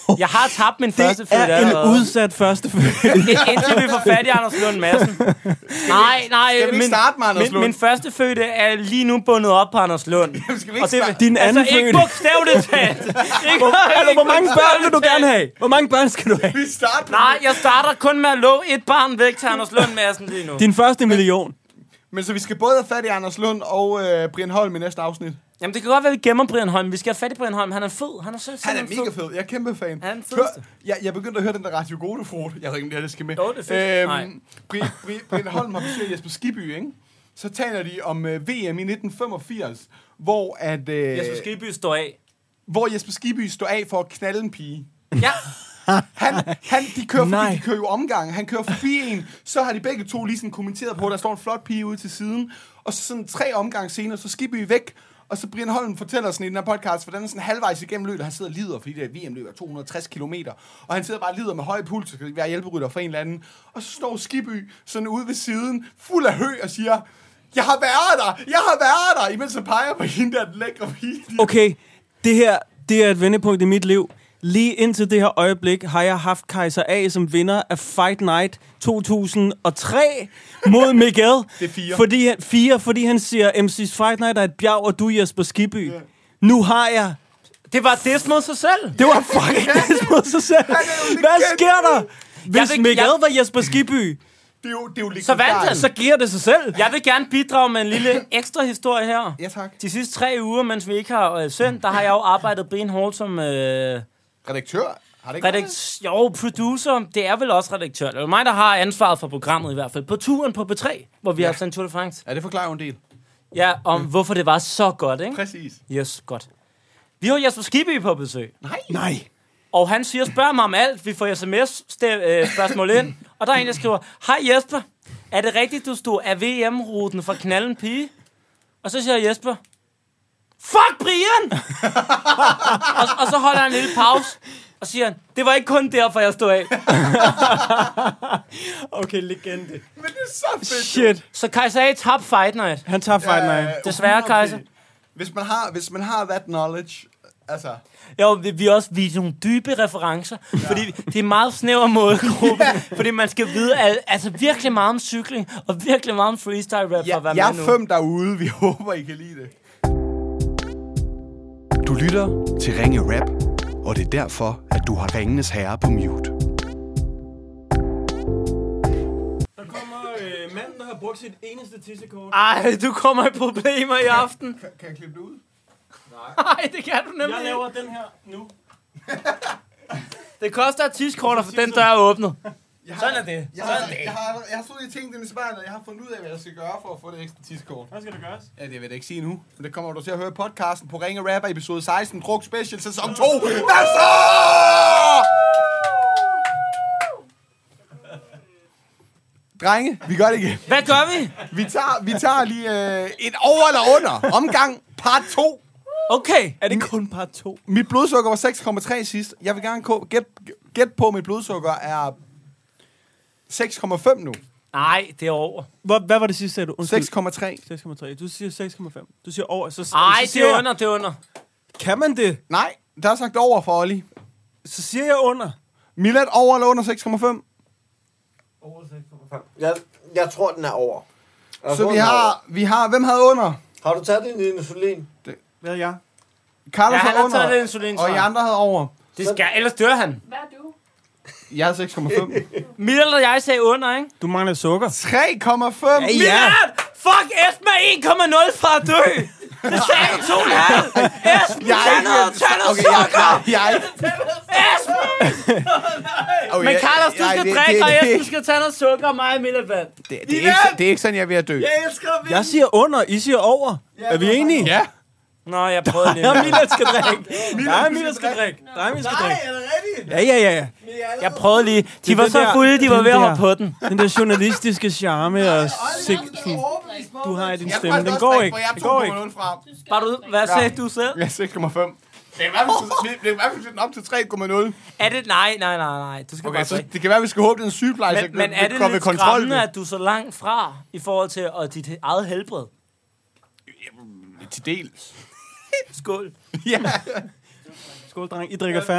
Jeg har tabt min første Det fødte er en allerede. udsat første fødte. Indtil vi får fat i Anders Lund Madsen. Nej, nej. Skal vi ikke starte med Anders min, Lund? min første fødte er lige nu bundet op på Anders Lund. Skal vi ikke Og det, starte? Din anden altså, ikke fødte. bogstaveligt talt. Ikke, Eller, hvor mange børn vil du gerne have? Hvor mange børn skal du have? Vi starter. Nej, jeg starter kun med at love et barn væk til Anders Lund Madsen lige nu. Din første million. Men så vi skal både have fat i Anders Lund og øh, Brian Holm i næste afsnit. Jamen, det kan godt være, at vi gemmer Brian Holm. Vi skal have fat i Brian Holm. Han er fed. Han er, så, Han er mega fed. Jeg er kæmpe fan. Han er den Hør, fedeste. jeg, jeg begyndte at høre den der Radio Godefrot. Jeg ved ikke, om det her det skal med. Jo, det er fedt. Nej. Brian, Brian, Brian Holm har besøgt Jesper Skibby, ikke? Så taler de om øh, V M i nitten femogfirs, hvor at... Øh, Jesper Skibby står af. hvor Jesper Skibby står af for at knalde en pige. Ja. Han, han, de kører Nej. forbi, de kører jo omgang. Han kører forbi en, så har de begge to lige sådan kommenteret på, der står en flot pige ude til siden. Og så sådan tre omgang senere, så Skibby væk. Og så Brian Holm fortæller sådan i den her podcast, hvordan han sådan halvvejs igennem løbet, han sidder og lider, fordi det er V M-løb af to hundrede og tres kilometer. Og han sidder bare og lider med høj puls, og skal være hjælperytter for en eller anden. Og så står Skibby sådan ude ved siden, fuld af hø, og siger, jeg har været der, jeg har været der, imens han peger på hende der, den lækre pige. Okay, det her, det er et vendepunkt i mit liv. Lige indtil det her øjeblik har jeg haft Kaiser A som vinder af Fight Night to tusind og tre mod Miguel. Det er fire. Fordi han, fire, fordi han siger, M C's Fight Night er et bjerg, og du Jesper Skibby. Yeah. Nu har jeg... Det var det mod sig selv. Det var fucking det mod sig selv. Hvad sker der? Hvis vil- Miguel jeg- var Jesper Skibby, Det er jo, det er jo Så vandt han. så giver det sig selv. Jeg vil gerne bidrage med en lille ekstra historie her. Ja, tak. De sidste tre uger, mens vi ikke har øh, sendt, der har jeg jo arbejdet benhårdt som øh, Redaktør? Har det ikke været det? redaktør. Jo, producer. Det er vel også redaktør. Det er jo mig, der har ansvaret for programmet i hvert fald. På turen på B tre, hvor vi ja. har sendt Tour de France. Ja, det forklarer jo en del. Ja, om mm. hvorfor det var så godt, ikke? Præcis. Yes, godt. Vi har Jesper Skibby på besøg. Nej. Nej. Og han siger, spørg mig om alt. Vi får sms-spørgsmål ind. Og der er en, der skriver, hej Jesper, er det rigtigt, du stod af V M-ruten for knalden pige? Og så siger Jesper, fuck Brian! og, og så holder han en lille pause, og siger han, det var ikke kun derfor, jeg stod af. Okay, legende. Men det er så fedt. Shit. Så Kaiser A tabte Fight Night. Han tager Fight Night. Desværre, hundrede Kaiser. procent. Hvis man har, hvis man har that knowledge, altså... Jo, vi, vi er også vi er nogle dybe referencer, ja. Fordi det er meget snæver målgruppe, ja. Fordi man skal vide al, altså virkelig meget om cykling, og virkelig meget om freestyle rap for Ja, at være jeg med er nu. fem derude. Vi håber, I kan lide det. Du lytter til Ringe Rap, og det er derfor, at du har Ringenes Herre på mute. Der kommer øh, manden, der har brugt sit eneste tissekort. Ej, du kommer i problemer i aften. Kan, kan jeg klippe det ud? Nej, det kan du nemlig Jeg ikke. laver den her nu. Det koster et tidskorter, for den dør er åbnet. Jeg har, Sådan er det. Jeg har, jeg har, jeg har stået i ting den i spejlet, og jeg har fundet ud af, hvad jeg skal gøre for at få det ekstra tidskort. Hvad skal der gøres? Ja, det vil jeg da ikke sige nu. Men det kommer du til at høre i podcasten på Ringe Rapper, episode seksten, Druk Special, sæson to. Hvad så? Drenge, vi gør det igen. Hvad gør vi? Vi tager, vi tager lige øh, et over eller under. Omgang part to. Okay. Er det kun part to? Mit blodsukker var seks komma tre sidst. Jeg vil gerne gætte gæt på, at mit blodsukker er seks komma fem nu. Nej, det er over. Hvad, hvad var det sidste, sagde du? Undskyld. seks komma tre. seks komma tre. Du siger seks komma fem. Du siger over. Så, Nej, så det siger er jeg- under, det er under. Kan man det? Nej, der er sagt over for Olli. Så siger jeg under. Millet over eller under seks komma fem? Jeg, jeg tror, den er over. Jeg Så tror, vi den er over. har, vi har... Hvem havde under? Har du taget din insulin? Hvad er jeg? Carlos Ja, han havde har under. taget det insulin, Og I andre havde over. Det skal, ellers dør han. Hvad er du? Jeg havde seks komma fem. Middel og jeg sagde under, ikke? Du mangler sukker. tre komma fem. Ja, ja. Middel! Fuck, Esben er en komma nul fra at dø! Det sagde du to komma nul! Esben, Jeg tag er noget, ikke... tag noget Okay, sukker! jeg, jeg, Esben! okay, Men Carlos, du jeg- skal det- drikke, det- og det- Esben skal tage noget sukker, og mig og Middel vand. Det, det, er ikke, det er ikke sådan, jeg er ved at dø. elsker vi! Jeg siger under, I siger over. Er vi enige? Ja. Nå, jeg prøvede lige. Ja, Milan skal drikke. Nej, Milan skal drikke. Nej, Milan skal drikke. er det rigtigt? Ja, ja, ja, ja. Jeg prøvede lige. De Det er var den så der- fulde, de var den ved at der- hoppe på den. Den der journalistiske charme og sigt, du har i din stemme, den går ikke. Den går ikke. Var du, hvad sagde du selv? Ja, seks komma fem. Det er i hvert fald- det er i hvert fald sætte den op til tre komma nul. Er det? Nej, nej, nej, nej. Du skal Okay, bare så drikke. det kan være, at vi skal håbe, at den sygeplejerske Men, men er det komme lidt kontrol skræmmende, med. at du er så langt fra i forhold til og dit eget helbred? Til dels. Skål. Ja. Skål, dreng. I drikker færne.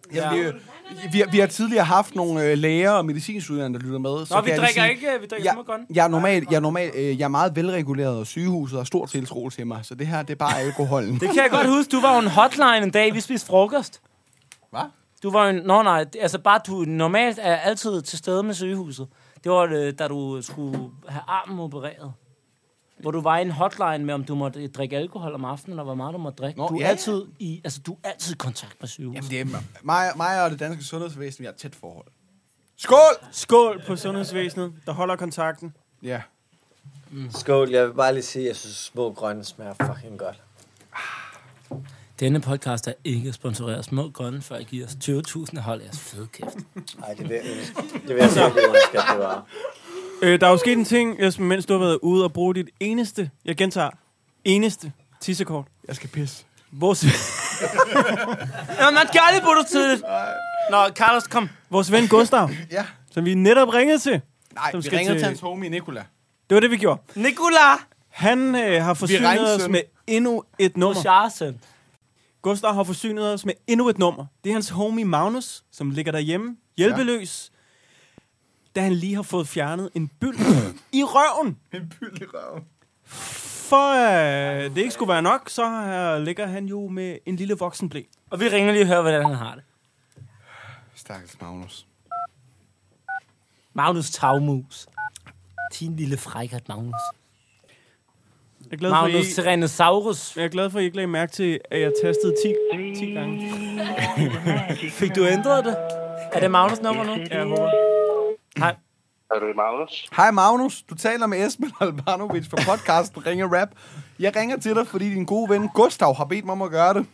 Ja. Vi, vi, vi har tidligere haft nogle øh, læger og medicinstuderende, der lytter med. Nå, så vi drikker sige, ikke, vi drikker jeg, smågrøn. Jeg er normalt, jeg er, normalt, øh, jeg er meget velreguleret, og sygehuset har stor tiltro til mig, så det her, det er bare alkoholen. Det kan jeg godt huske. Du var jo en hotline en dag, vi spiste frokost. Hvad? Du var jo en... Nå, nej. Altså, bare du normalt er altid til stede med sygehuset. Det var, det, da du skulle have armen opereret. Hvor du var i en hotline med, om du måtte drikke alkohol om aftenen, og hvor meget du måtte drikke. Nå, du er ja, altid i... Altså, du er altid i kontakt med sygehuset. Jamen, det er mig, mig og det danske sundhedsvæsen, vi har et tæt forhold. Skål! Skål på sundhedsvæsenet, der holder kontakten. Ja. Mm. Skål, jeg vil bare lige sige, at jeg synes, små grønne smager fucking godt. Denne podcast er ikke sponsoreret små grønne, før jeg giver os tyve tusind og holder jeres fede kæft. Nej, det vil jeg ønske. Det vil jeg virkelig ønske, at det var. Øh, der er jo sket en ting, Esben, mens du har været ude og bruge dit eneste, jeg gentager, eneste tissekort. Jeg skal pisse. Vores... Jamen, man gør det på det tidligt. Nå, Carlos, kom. Vores ven Gustav, Ja. som vi netop ringede til. Nej, Som vi skal ringer til- til hans homie Nikola. Det var det, vi gjorde. Nicola! Han øh, har forsynet ringede os søn. med endnu et nummer. Charsen. Gustav har forsynet os med endnu et nummer. Det er hans homie Magnus, som ligger derhjemme, hjælpeløs, ja. Da han lige har fået fjernet en byld i røven. En byld i røven. For øh, det ikke skulle være nok, så her ligger han jo med en lille voksenblæ. Og vi ringer lige og hører, hvordan han har det. Stakkels Magnus. Magnus Tagmus. Din lille frækert, Magnus. Jeg er glad for, at Magnus I, Tyrannosaurus. jeg er glad for, at I ikke lagde mærke til, at jeg tastede ti, ti gange. Fik du ændret det? Er det Magnus nummer nu? Ja, jeg håber. Hej. Er du Magnus? Hej Magnus, du taler med Esben Albanovic fra podcasten Ringe Rap. Jeg ringer til dig, fordi din gode ven Gustav har bedt mig om at gøre det.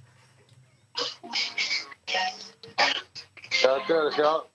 Ja, det er det sjovt.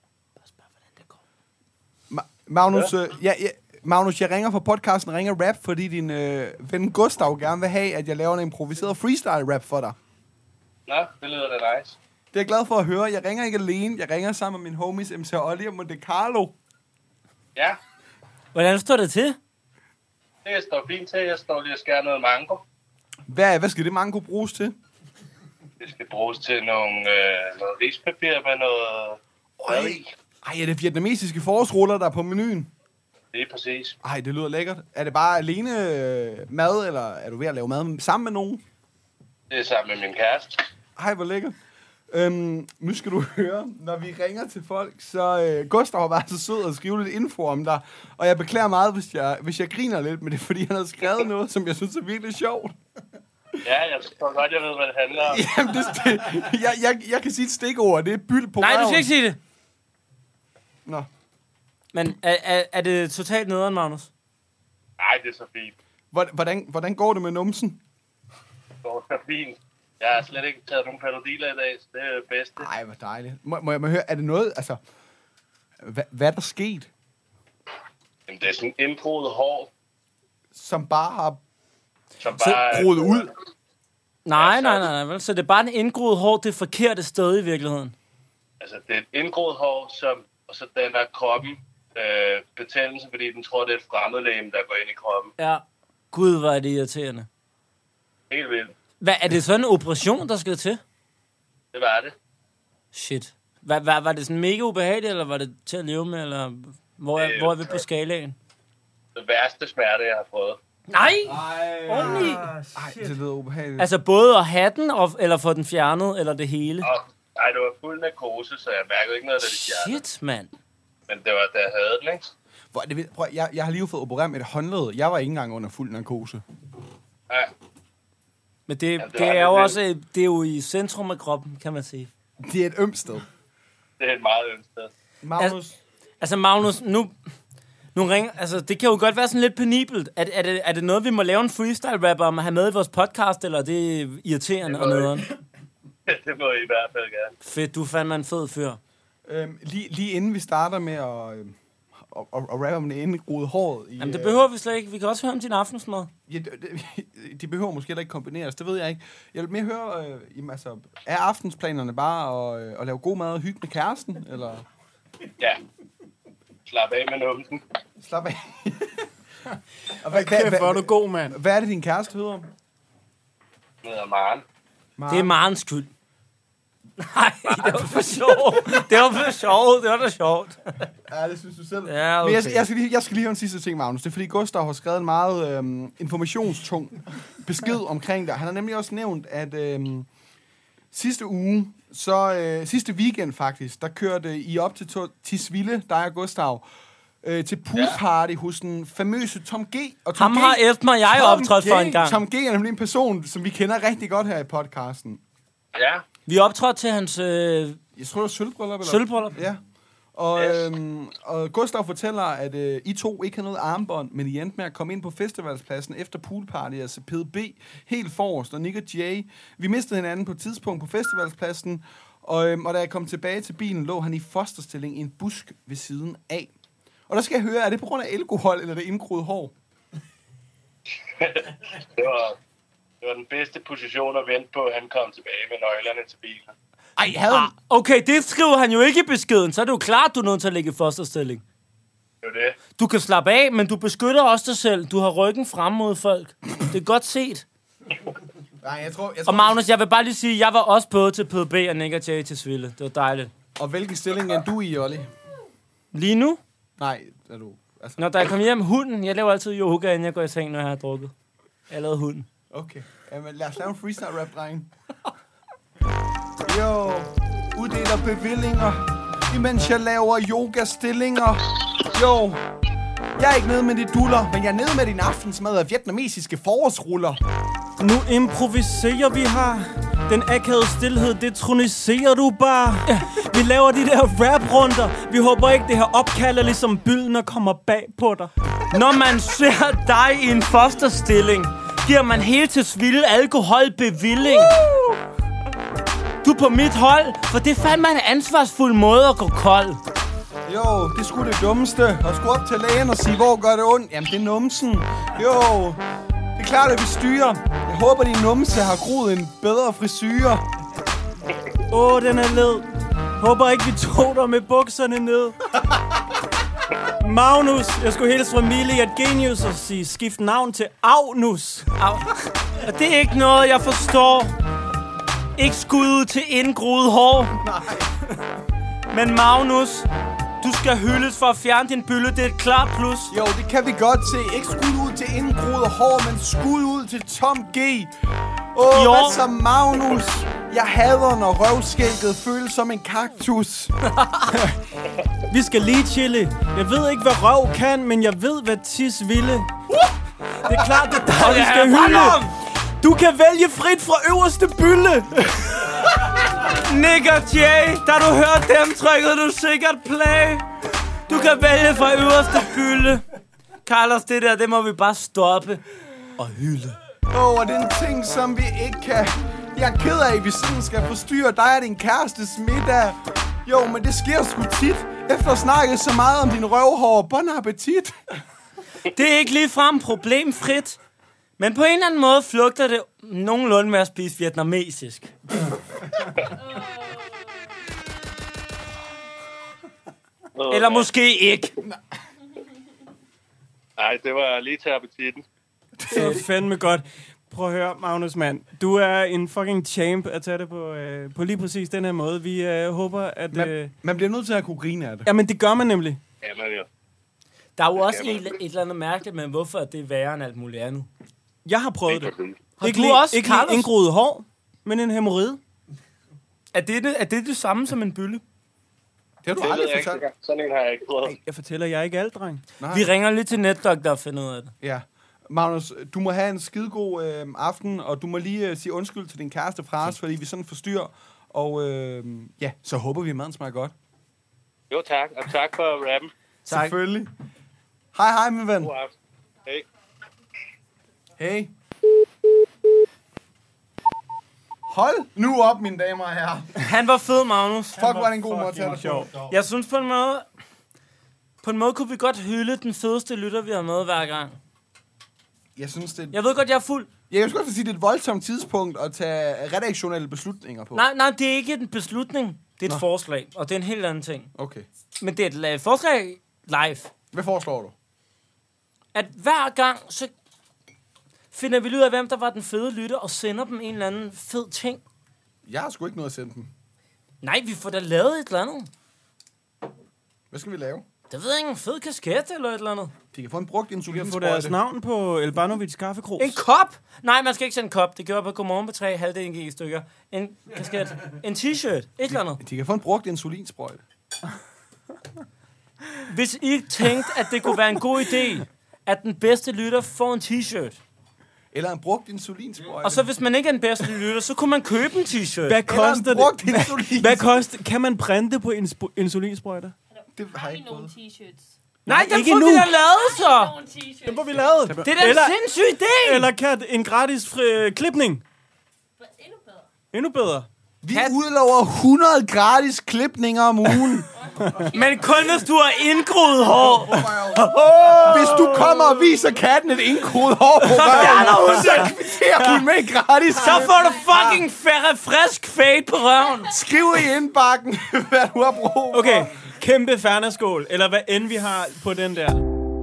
Ma- Magnus, ja. Øh, ja, ja, Magnus, jeg ringer fra podcasten Ringe Rap, fordi din øh, ven Gustav gerne vil have, at jeg laver en improviseret freestyle rap for dig. Nå, det lyder da nice. Det er jeg glad for at høre. Jeg ringer ikke alene. Jeg ringer sammen med min homies M C Olli og Monte Carlo. Ja, Hvordan står det til? det står fint til. Jeg står lige og skærer noget mango. Hvad, hvad skal det mango bruges til? Det skal bruges til nogle, øh, noget rispapir med noget rød i. Ej, er det vietnamesiske forårsruller, der er på menuen? Det er præcis. Ej, det lyder lækkert. Er det bare alene øh, mad, eller er du ved at lave mad sammen med nogen? Det er sammen med min kæreste. Ej, hvor lækkert. Øhm, nu skal du høre, når vi ringer til folk, så øh, Gustav har været så sød at skrive lidt info om dig, og jeg beklager meget, hvis jeg, hvis jeg griner lidt, men det er fordi, han har skrevet noget, som jeg synes er virkelig sjovt. Ja, jeg tror godt, jeg ved, hvad det handler om. Jamen, det, det, jeg, jeg, jeg kan sige et stikord, det er byld på Nej, du røven. skal ikke sige det. Nå. Men er, er, er det totalt nederen, Magnus? Nej, det er så fint. Hvordan, hvordan går det med numsen? Det går så fint. Jeg har slet ikke taget nogen panodiler i dag, så det er det bedste. Ej, hvor dejligt. Må, må jeg må jeg høre, er det noget, altså, hvad, hvad er der sket, Jamen, det er sådan en indgroet hår, som bare har som så bare... groet ud? Nej, Ja, så- nej, nej, nej. Vel? Så det er bare en indgroet hår det forkerte sted i virkeligheden. Altså, det er et indgroet hår, som, og så danner kroppen øh, betændelse, fordi den tror, det er et fremmedlegeme, der går ind i kroppen. Ja. Gud, hvor er det irriterende. Helt vildt. Hvad, er det sådan en operation, der skal til? Det var det. Shit. Hvad, hvad, var det sådan mega ubehageligt, eller var det til at leve med, eller hvor er, Øh, hvor er vi på skalaen? Det værste smerte, jeg har prøvet. Nej! Ej, Ordentlig. Ej, det lyder ubehageligt. Altså både at have den, og, eller få den fjernet, eller det hele? Og, nej, det var fuld narkose, så jeg mærkede ikke noget, da det fjernede. Shit, mand. Men det var, da jeg havde den, ikke? Hvor, er det, vildt. Prøv, jeg, jeg har lige fået opereret med et håndled. Jeg var ikke engang under fuld narkose. Ja, Men det, det det var er jo lidt også det er jo i centrum af kroppen, kan man sige. Det er et ømt sted. det er et meget ønsket. Magnus, Altså Magnus, nu, nu ringer, altså det kan jo godt være sådan lidt penibelt. Er, er, det, er det noget, vi må lave en freestyle-rapper om at have med i vores podcast, eller er det irriterende Det og må nederen? Det må I i hvert fald gerne. Fedt, du er fandme en fed fyr. øhm, lige, lige inden vi starter med at, øhm, at, at, at rappe om det indgroede håret. I, Jamen det øh, behøver vi slet ikke. Vi kan også høre om din aftensmad. Ja, det, det, de behøver måske heller ikke kombineres, det ved jeg ikke. Jeg vil mere høre, øh, jamen, altså, er aftensplanerne bare at, øh, at lave god mad og hygge med kæresten, eller Ja. Slap af med numsen. slap af? Og hvad, Kæft, hvor er du hvad, god, mand. hvad er det, din kæreste hedder? Med Maren. Det er Marens skyld. Nej, det var for sjovt. Det var for sjovt. Det var da sjovt. Ja, det synes du selv. Ja, okay. Men jeg, jeg, skal lige, jeg skal lige høre en sidste ting, Magnus. Det er fordi Gustav har skrevet en meget øhm, informationstung besked omkring dig. Han har nemlig også nævnt, at øhm, sidste uge, så øh, sidste weekend faktisk, der kørte I op til to- Tisvilde, dig og Gustav, øh, til poolparty ja. hos den famøse Tom G. Og Tom Ham G, har Esben og jeg optrådt for en gang. Tom G er nemlig en person, som vi kender rigtig godt her i podcasten. Ja. Vi optrådte til hans øh, Jeg tror, det var sølvbryllup, eller? sølvbryllup. Ja. Og, Yes. øhm, og Gustav fortæller, at øh, I to ikke har noget armbånd, men I endte med at komme ind på festivalspladsen efter poolparty, altså P D B, helt forrest, og Nick og Jay. Vi mistede hinanden på et tidspunkt på festivalspladsen, og, øhm, og da jeg kom tilbage til bilen, lå han i fosterstilling i en busk ved siden af. Og der skal jeg høre, er det på grund af alkohol, eller er det indgroet hår? det, var, det var den bedste position at vente på, at han kom tilbage med nøglerne til bilen. Ej, havde Ah, okay, det skriver han jo ikke i beskeden, så er det jo klart, du er nødt til at ligge i fosterstilling. Det var det. Du kan slappe af, men du beskytter også dig selv. Du har ryggen frem mod folk. Det er godt set. Nej, jeg tror... Jeg tror Og Magnus, jeg vil bare lige sige, at jeg var også både til P D B og Nick og Jay til Sville. Det var dejligt. Og hvilken stilling er du i, Olli? Lige nu, Nej, er du... Altså, når da jeg kom hjem, hunden. Jeg laver altid yoga, inden jeg går i seng, når jeg har drukket. Jeg lavede hunden. okay. Jamen, lad os lave en freestyle rap, drenge. Jo, uddeler bevillinger, imens jeg laver yoga-stillinger. Jo, jeg er ikke nede med de duller, men jeg er nede med din aftensmad af vietnamesiske forårsruller. Nu improviserer vi her. Den akavede stillhed, det troniserer du bare. Ja, vi laver de der rap-runder. Vi håber ikke, det her opkalder ligesom bylden kommer bag på dig. Når man ser dig i en fosterstilling, giver man helt til Sville alkoholbevilling. Du er på mit hold, for det er fandme en ansvarsfuld måde at gå kold. Jo, det er sgu det dummeste. At skulle op til lægen og sige, hvor gør det ondt? Jamen, det er numsen. Jo, det er klart, at vi styrer. Jeg håber, din numse har groet en bedre frisyre. Åh, oh, den er led. Håber ikke, vi tog dig med bukserne ned. Magnus, jeg skulle hilse fra Mille at Genius og sige, skift navn til Agnus. Au. Og det er ikke noget, jeg forstår. Ikke skud ud til indgroet hår. Nej. Men Magnus, du skal hyldes for at fjerne din bylle. Det er et klart plus. Jo, det kan vi godt se. Ikke skud ud til indgroet hår, men skud ud til Tom G. Åh, Jo. hvad så Magnus? Jeg hader, når røvskægget føles som en kaktus. Vi skal lige chille. Jeg ved ikke, hvad røv kan, men jeg ved, hvad tis ville. Det er klart, det er dig, vi skal hylde. Du kan vælge frit fra øverste bylde. Nick og Jay, da du hørte dem, trykkede du sikkert play. Du kan vælge fra øverste hylde. Carlos, det der, det må vi bare stoppe og hylde. Åh, oh, og det er en ting, som vi ikke kan. Jeg er ked af, at vi sådan skal forstyrre dig og din kærestes middag. Jo, men det sker sgu tit. Efter at snakke så meget om din røvhår. Bon appetit. Det er ikke ligefrem problemfrit. Men på en eller anden måde flugter det nogenlunde med at spise vietnamesisk. Eller måske ikke. Nej, det var lige til appetitten. Det er fandme godt. Prøv at høre, Magnus, mand. Du er en fucking champ at tage det på, øh, på lige præcis den her måde. Vi øh, håber, at... Man, Øh... man bliver nødt til at kunne grine af det. Jamen, det gør man nemlig. Jamen jo. Der er jo også et, et eller andet mærkeligt med, hvorfor det er værre end alt muligt andet. Jeg har prøvet det. Har Ikke du lige, også, ikke lige Carlos? indgroet hår, men en hæmoride. Er det det, er det det samme som en bylle? Det har du Det ved aldrig jeg ikke. fortalt. Sådan en har jeg ikke prøvet. Jeg fortæller jer ikke alt, dreng. Nej. Vi ringer lige til NetDoctor og finder ud af det. Ja. Magnus, du må have en skidegod øh, aften, og du må lige øh, sige undskyld til din kæreste fra os, fordi vi sådan forstyrrer. Og øh, ja, så håber vi, at maden smager godt. Jo, tak. Og tak for rappen. Tak. Selvfølgelig. Hej, hej, min ven. God aften. Hej. Hey. Hold nu op, mine damer og herrer. Han var fed, Magnus. Fuck, var det en god måde at tage det på. Jeg synes på en måde... På en måde kunne vi godt hylde den fedeste lytter, vi har med hver gang. Jeg synes, det er... Jeg ved godt, jeg er fuld. Jeg vil godt sige, det er et voldsomt tidspunkt at tage redaktionelle beslutninger på. Nej, nej, det er ikke en beslutning. Det er et Nå. forslag, og det er en helt anden ting. Okay. Men det er et uh, forslag live. Hvad foreslår du? At hver gang, så finder vi ud af, hvem der var den fede lytter, og sender dem en eller anden fed ting. Jeg har sgu ikke noget at sende dem. Nej, vi får da lavet et eller andet. Hvad skal vi lave? Det ved jeg ikke, en fed kasket eller et eller andet. De kan få en brugt Du kan få insulinsprøjte. deres navn på Elbanovic kaffekrus. En kop? Nej, man skal ikke sende en kop. Det gør på Godmorgen på tre, halvdelen G stykker. En kasket. En t-shirt. Et eller andet. De kan få en brugt insulinsprøjte. Hvis I tænkte, at det kunne være en god idé, at den bedste lytter får en t-shirt. Eller en brugt insulinsprøjte. Og så hvis man ikke er den bedste lytter, så kunne man købe en t-shirt. Hvad koster brugt det? insulin. Hvad koster? Kan man printe på insp- insulinsprøjter? Det har jeg Har I ikke nogle prøvet. t-shirts? Nej, den ikke får vi endnu. da lavet så. Nogle t-shirts. Det får vi lavet. Det er da en Eller, sindssyg idé. eller kan en gratis fri- klipning? Endnu bedre. Endnu bedre. Vi udlover hundrede gratis klipninger om ugen. Men kun hvis du har indgroet hår. Hvis du kommer og viser katten et indkroet hår på røven, så kvitterer hun med gratis. Så får du fucking færre frisk fade på røven. Skriv i indbakken, hvad du har brug for. Okay, kæmpe fernerskål, eller hvad end vi har på den der.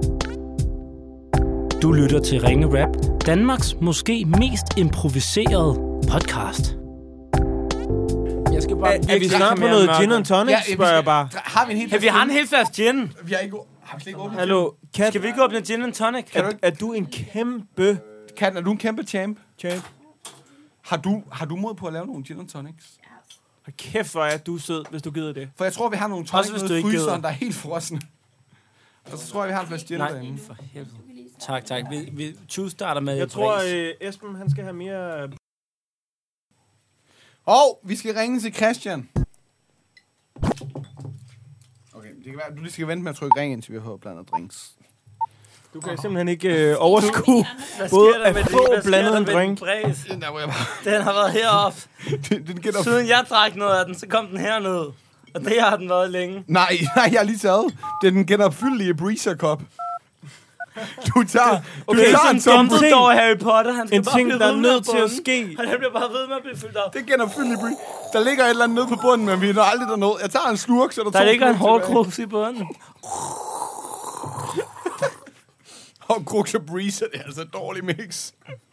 Du lytter til Ringe Rap, Danmarks måske mest improviserede podcast. Jeg skal bare Er, er vi snart på noget gin and tonic, Ja, ja, vi spørger jeg skal- bare. Har vi en helt Hey, vi har en hel flaske gin. Vi har ikke... Har vi slet ikke åbnet? Hallo, Kat, Skal vi ikke åbne gin and tonic? er, er du en kæmpe Katten, er du en kæmpe champ? champ? Har du, har du mod på at lave nogle gin and tonics? Hold kæft, hvor er du sød, hvis du gider det. For jeg tror, vi har nogle Også tonic hvis nede du i ikke fryseren, gider. der er helt frosne. Og så tror jeg, vi har en flaske gin Nej, derinde. for helvede. Tak, tak. Vi, vi Tjus starter med Jeg et tror, bræs. øh, Esben, han skal have mere... Og vi skal ringe til Christian. Okay, det kan være, du lige skal vente med at trykke ring, indtil vi har blandet drinks. Du kan simpelthen ikke øh, overskue både at få blandet en drink. Den der, hvor jeg bare... Den har været heroppe. Den, den gælder... Siden jeg drak noget af den, så kom den herned. Og det har den været længe. Nej, nej, jeg har lige taget. Det er den genopfyldelige Breezer-kop. Du tager, du Okay, tager Ligesom en tom Dumbledore og Harry Potter. Han skal En bare ting, blive der er ved med nødt til at bunden. ske. Og han bliver bare ved med at blive fyldt op. Det er genopfyldelige Breezer. Der ligger et eller andet nede på bunden, men vi når aldrig dernede. Jeg tager en slurk, så er der, Der to ligger en slurke tilbage. hårkruks i bunden. Hårkruks og Breezer, det er altså et dårligt mix.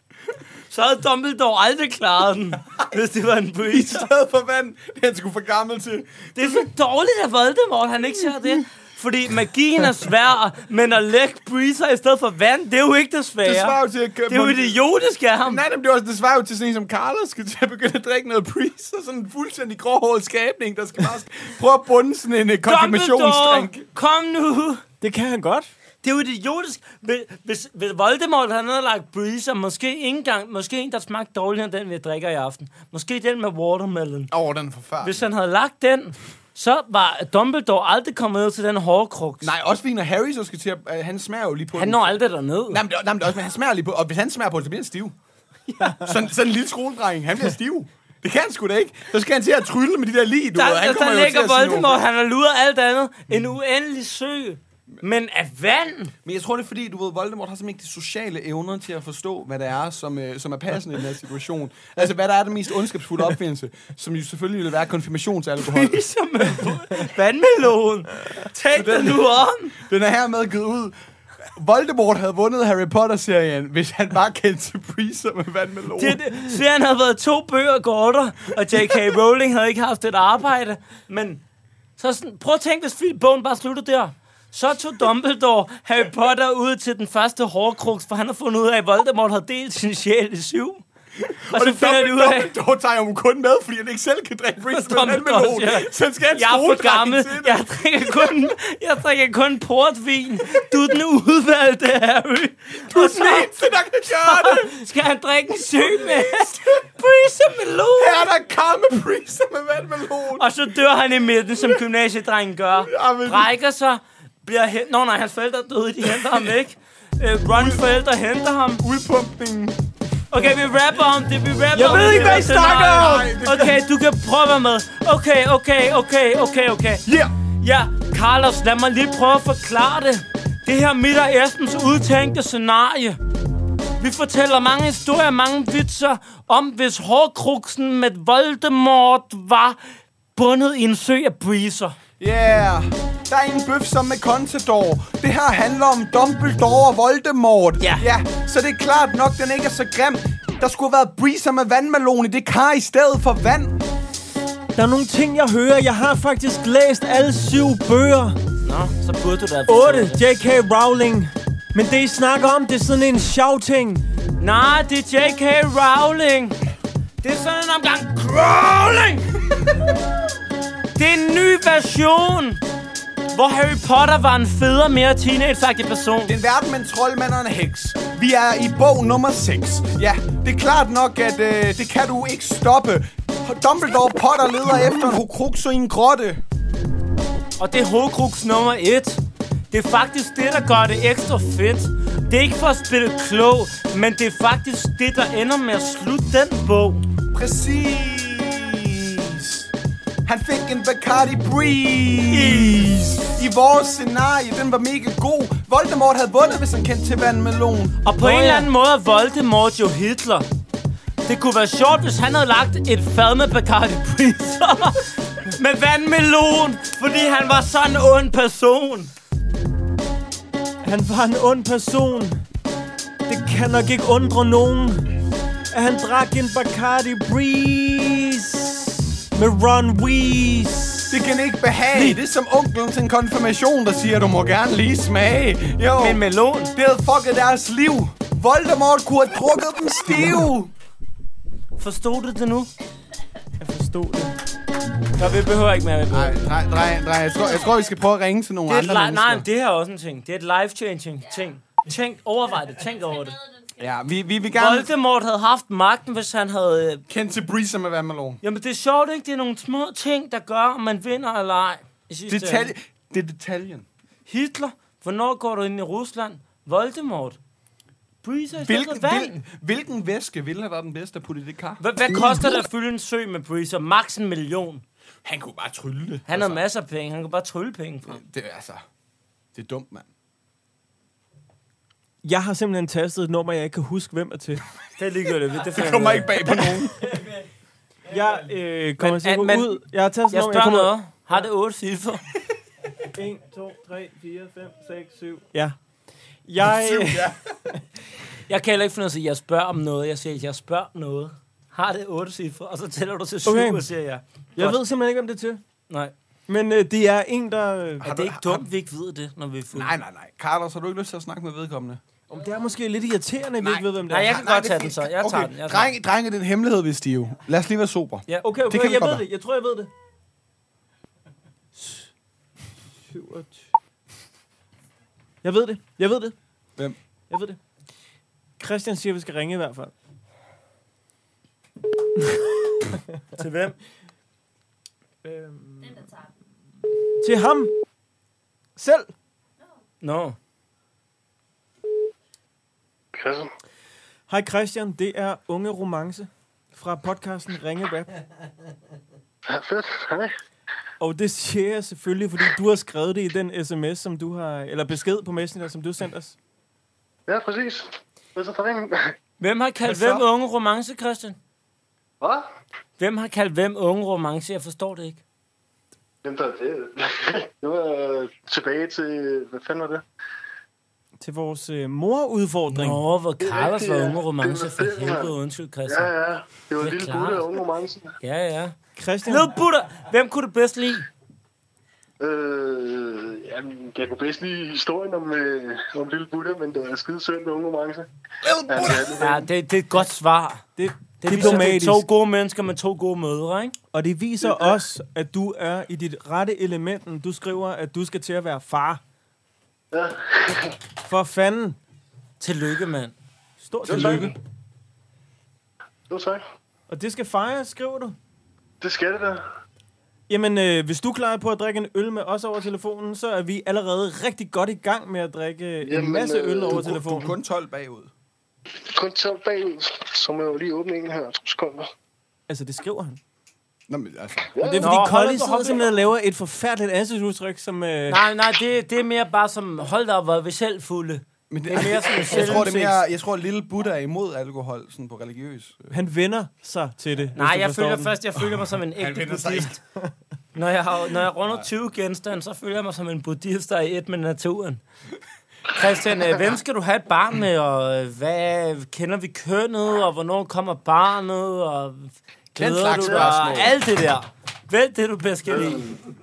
Så havde Dumbledore aldrig klaret den, hvis det var en I breezer. stedet for vand, det er han sgu for gammel til. Det er så dårligt af Voldemort, han ikke ser det. Fordi magien er svær, men at lægge breezer i stedet for vand, det er jo ikke det svære. Det svarer jo til at... Det er jo idiotisk af ham. Nej, men det, er også, det svarer jo til sådan en som Carlos skal til at begynde at drikke noget Breezer. Sådan en fuldstændig gråhåret skabning, der skal bare prøve at bunde sådan en uh, konfirmationsdrink. Dumbledore, kom nu. Det kan han godt. Det er jo idiotisk. Hvis, hvis, hvis Voldemort havde nedlagt breezer, måske ikke engang, måske en, der smagte dårligere end den, vi drikker i aften. Måske den med watermelon. Åh, oh, den er forfærdelig. Hvis han havde lagt den, så var Dumbledore aldrig kommet ned til den hårkruks. Nej, også fordi når Harry så skal til at... Uh, han smager jo lige på Han den. når aldrig derned. Nej, men, det, nej, men det er også, men han smager lige på... Og hvis han smager på det, så bliver han stiv. Ja. Sådan, sådan en lille skoledreng, han bliver stiv. Det kan han sgu da ikke. Så skal han til at trylle med de der lig, du Der, ved. Han der, kommer der jo ligger til at sige Voldemort, nogle- han har luret alt andet. En uendelig sø. Men af vand? Men jeg tror, det er fordi, du ved, Voldemort har simpelthen ikke de sociale evner til at forstå, hvad det er, som, øh, som er passende i den her situation. Altså, hvad der er den mest ondskabsfulde opfindelse, som jo selvfølgelig vil være konfirmationsalkohol. Ligesom med vandmelon. Tænk dig nu om. Den er hermed givet ud. Voldemort havde vundet Harry Potter-serien, hvis han bare kendte til Breezer med vandmelon. Det, det, serien havde været to bøger kortere, og J K Rowling havde ikke haft et arbejde. Men så sådan, prøv at tænke, hvis bogen bare sluttede der. Så tog Dumbledore Harry Potter ud til den første hårkruks, for han har fundet ud af, at Voldemort havde delt sin sjæl i syv. Og, og så finder de ud af... Dumbledore tager jo kun med, fordi han ikke selv kan drikke Breezer med Dumbledore vandmelon. siger, Så han skal have en Jeg er for skoledreng gammel. til det. Jeg drikker kun, jeg drikker kun portvin. Du er den udvalgte, Harry. Du er den eneste, der kan gøre det. Skal han drikke en sø med Breezer melon? Her er der karme Breezer med vandmelon. Og så dør han i midten, som gymnasiedrengen gør. Jamen. Brækker sig, bliver hen... Nå nej, hans forældre er døde, de henter ham ikke. Uh, Ron forældre henter ham. Udpumpningen. Okay, vi rapper om det, vi rapper Jeg om ved det. ikke, hvad I det snakker om! scenarie. Okay, du kan prøve at være med. Okay, okay, okay, okay, okay. Yeah. Ja, Carlos, lad mig lige prøve at forklare det. Det her midt og Esbens udtænkte scenarie. Vi fortæller mange historier, mange vitser om, hvis hårkruksen med Voldemort var bundet i en sø af breezer. Yeah. Der er en bøf som med Contador. Det her handler om Dumbledore og Voldemort. Ja. Ja, så det er klart nok, den ikke er så grim. Der skulle have været Breezer med vandmelon i det kar i stedet for vand. Der er nogle ting, jeg hører. Jeg har faktisk læst alle syv bøger. Nå, så burde du da... otte, J K. Rowling. Men det, I snakker om, det er sådan en sjov-ting. Nej, det er J K. Rowling. Det er sådan en omgang crawling. Det er en ny version, hvor Harry Potter var en federe, mere teenage-agtig person. Det er en verden med en troldmand og en heks. Vi er i bog nummer seks. Ja, det er klart nok, at øh, det kan du ikke stoppe. Dumbledore Potter leder efter en Horcrux i en grotte. Og det er Horcrux nummer et. Det er faktisk det, der gør det ekstra fedt. Det er ikke for at spille klog, men det er faktisk det, der ender med at slutte den bog. Præcis. Han fik en Bacardi Breeze. I vores scenarie, den var mega god. Voldemort havde vundet, hvis han kendte til vandmelon. Og på Nå, en ja. eller anden måde er Voldemort jo Hitler. Det kunne være sjovt, hvis han havde lagt et fad med Bacardi Breeze med vandmelon, fordi han var sådan en ond person. Han var en ond person. Det kan nok ikke undre nogen, at han drak en Bacardi Breeze med Ron Weasley. Det kan ikke behage. Det er som onklen til en konfirmation, der siger, du må gerne lige smage. Jo, men melon. Det havde fucket deres liv. Voldemort kunne have drukket dem stive. Forstod du det nu? Jeg forstod det. Nå, vi behøver ikke mere. Nej, drej, drej, drej. Jeg tror, jeg tror, vi skal prøve at ringe til nogle andre li- mennesker. Nej, det her er også en ting. Det er et life-changing ting. Tænk, overvej det. Tænk over det. Ja, vi, vi vil gerne... Voldemort havde haft magten, hvis han havde... Kendt til Breezer med vandmelon. Jamen, det er sjovt, ikke? Det er nogle små ting, der gør, om man vinder eller ej. Detalj... Det er detaljen. Hitler. Hvornår går du ind i Rusland? Voldemort. Breezer i hvilken, vand. hvil, hvilken væske ville have været den bedste at putte i det kar? H- hvad koster det at fylde en sø med Breezer? Max en million. Han kunne bare trylle det. Han altså. havde masser af penge. Han kunne bare trylle penge fra. Det, det er altså... Det er dumt, mand. Jeg har simpelthen tastet et nummer, jeg ikke kan huske, hvem er til. Det er ligegyldigt. Det, det kommer ikke bag på nogen. Jeg øh, kommer til at gå men, ud. Jeg har tastet jeg nummer. Jeg spørger kommer... noget. Har det otte cifre? en, to, tre, fire, fem, seks, syv. Ja. Jeg... syv, ja. Jeg kan heller ikke finde ud af at sige, jeg spørger om noget. Jeg siger, jeg spørger noget. Har det otte cifre? Og så tæller du til syv, okay. Og siger jeg. Jeg ved simpelthen ikke, om det er til. Nej. Men øh, det er en, der... Øh, er det ikke dumt, vi ikke ved det, når vi er fulde? Nej, nej, nej. Carlos, har du ikke lyst til at snakke med vedkommende? Om det er måske lidt irriterende, at vi ikke ved, hvem det er. Nej, jeg kan nej, godt tage den så. Jeg tager okay. den. Jeg tager Drenge, drenge, det er en hemmelighed, hvis de jo. Lad os lige være sober. Ja. Okay, okay, det jeg ved det. Jeg tror, jeg ved det. syvogtyve Jeg ved det. Jeg ved det. Hvem? Jeg ved det. Christian siger, at vi skal ringe i hvert fald. Til hvem? Øhm, til ham. Selv. Nå. No. Christian? Hej Christian, det er Unge Romance fra podcasten Ringe Rap. Ja, fedt. Hej. Og det siger jeg selvfølgelig, fordi du har skrevet det i den sms, som du har, eller besked på Messenger, som du har sendt os. Ja, præcis. Hvad så for ringen? Hvem har kaldt hvem Unge Romance, Christian? Hvad? Hvem har kaldt hvem Unge Romance? Jeg forstår det ikke. Hvem der det? Det var tilbage til... Hvad fanden var det? Til vores øh, morudfordring. Nå, hvor Carlos var Unge Romance. For det, helvede, undskyld, Christian. Ja, ja. Det var en lille butte af Unge Romance. Ja, ja. Christian. Lille butter! Hvem kunne du bedst lide? Øh, jamen, jeg kunne bedst lide historien om, øh, om Lille Buddha, men det var skide synd med Unge Romance. Ja, det, det er et godt svar. Det, det er diplomatisk. To gode mennesker med to gode mødre, ikke? Og det viser det også, at du er i dit rette element. Du skriver, at du skal til at være far. Ja. For fanden. Tillykke, mand. Stort tillykke. Jo, tak. Og det skal fejres, skriver du? Det skal det da. Jamen, øh, hvis du er klar på at drikke en øl med os over telefonen, så er vi allerede rigtig godt i gang med at drikke Jamen, en masse øl over du, telefonen. Du er kun tolv bagud. Kun tolv bagud, så må jeg jo lige åbne en her. To sekunder. Altså, det skriver han. Nå, men altså... Ja, og det er fordi, Collie sidder simpelthen og laver et forfærdeligt ansigtsudtryk, som... Øh... Nej, nej, det, det er mere bare som, hold da op, hvor vi selv fulde. Men det, det er mere som en jeg tror, det er mere, jeg tror, at Lille Buddha er imod alkohol, sådan på religiøs. Han vender sig til det. Nej, jeg føler den. først, jeg føler mig som en ægte buddhist. Når jeg har, når jeg runder tyve genstande, så føler jeg mig som en buddhist, der er et med naturen. Christian, hvem skal du have et barn med, og hvad kender vi kønnet, og hvornår kommer barnet, og glæder du dig, og alt det der. Vælg det, du bedst kan lide.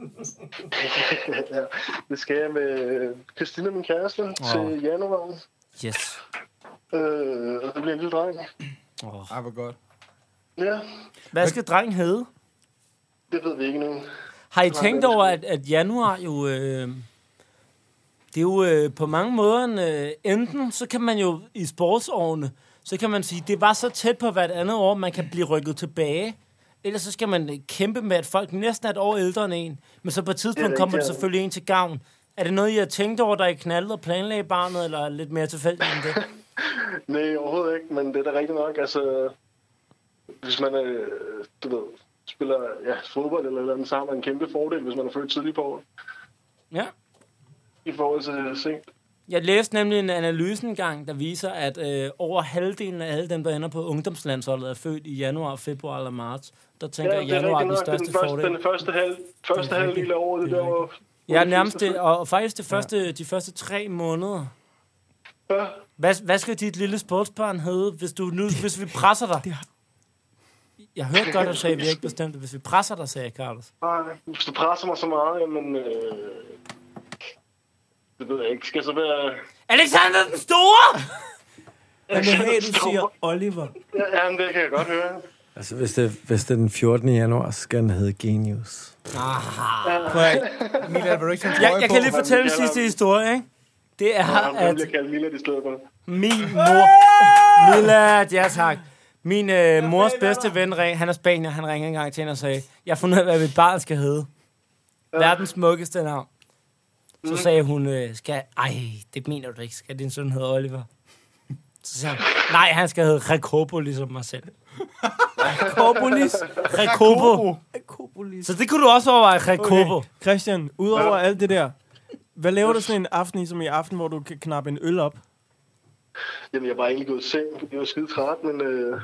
Ja, det skal jeg med Christina, min kæreste, oh. til januar. Yes. Øh, og det bliver en lille dreng. Oh. Ej, hvor godt. Ja. Hvad skal drengen hedde? Det ved vi ikke nu. Har I tænkt over, at, at januar jo... Øh, det er jo øh, på mange måder... Øh, enten så kan man jo i sportsårene, så kan man sige, det var så tæt på hvert andet år, man kan blive rykket tilbage. Ellers så skal man kæmpe med, at folk næsten er et år ældre end en. Men så på et tidspunkt kommer det selvfølgelig en til gavn. Er det noget, I har tænkt over, der I knaldede og planlagde barnet, eller lidt mere tilfældigt end det? Nej, overhovedet ikke, men det er da rigtigt nok. Altså, hvis man øh, du ved, spiller ja, fodbold eller noget, så har man en kæmpe fordel, hvis man er født tidligt på året. Ja. I forhold til sent. Jeg læste nemlig en analyse engang, der viser, at øh, over halvdelen af alle dem, der ender på ungdomslandsholdet, er født i januar, februar eller marts. Der tænker jeg, ja, januar er den største den første, fordel. Den første, halv, første halvdel af året, det, det der var... Ja, nærmest det, og faktisk det første, ja. de første tre måneder. Ja. Hvad, hvad skal dit lille sportsbarn hedde, hvis, du nu, hvis vi presser dig? Jeg hørte godt, at du sagde, at vi ikke bestemte. Hvis vi presser dig, sagde jeg, Carlos. Nej, hvis du presser mig så meget, jamen... Øh, det ved jeg ikke. Skal så være... Alexander den Store! Men det er, du siger Oliver. Ja, jamen, det kan jeg godt høre. Altså, hvis det, hvis det er den fjortende januar, så skal den hedde Genius. Aha. Milan, vil du ikke jeg, jeg kan lige fortælle den sidste historie, ikke? Det er, ja, at... Jeg kalder Milad i stedet for. Min mor... Milad, ja tak. Min øh, mors bedste ven, han er spanier, han ringede en gang til hende og sagde, jeg har fundet ud af, hvad mit barn skal hedde. Ja. Verdens smukkeste navn. Så mm. sagde hun, øh, skal... Ej, det mener du ikke. Skal din søn hedde Oliver? Så sagde han, nej, han skal hedde Rekobo, ligesom mig selv. Rekobolis? Rekobo. Rekobolis. Så det kunne du også overveje, Rekobo. Okay. Christian, udover alt det der, hvad laver du sådan en aften, ligesom i aften, hvor du kan knappe en øl op? Jamen, jeg var egentlig gået i seng, jeg var skide træt, men... Øh...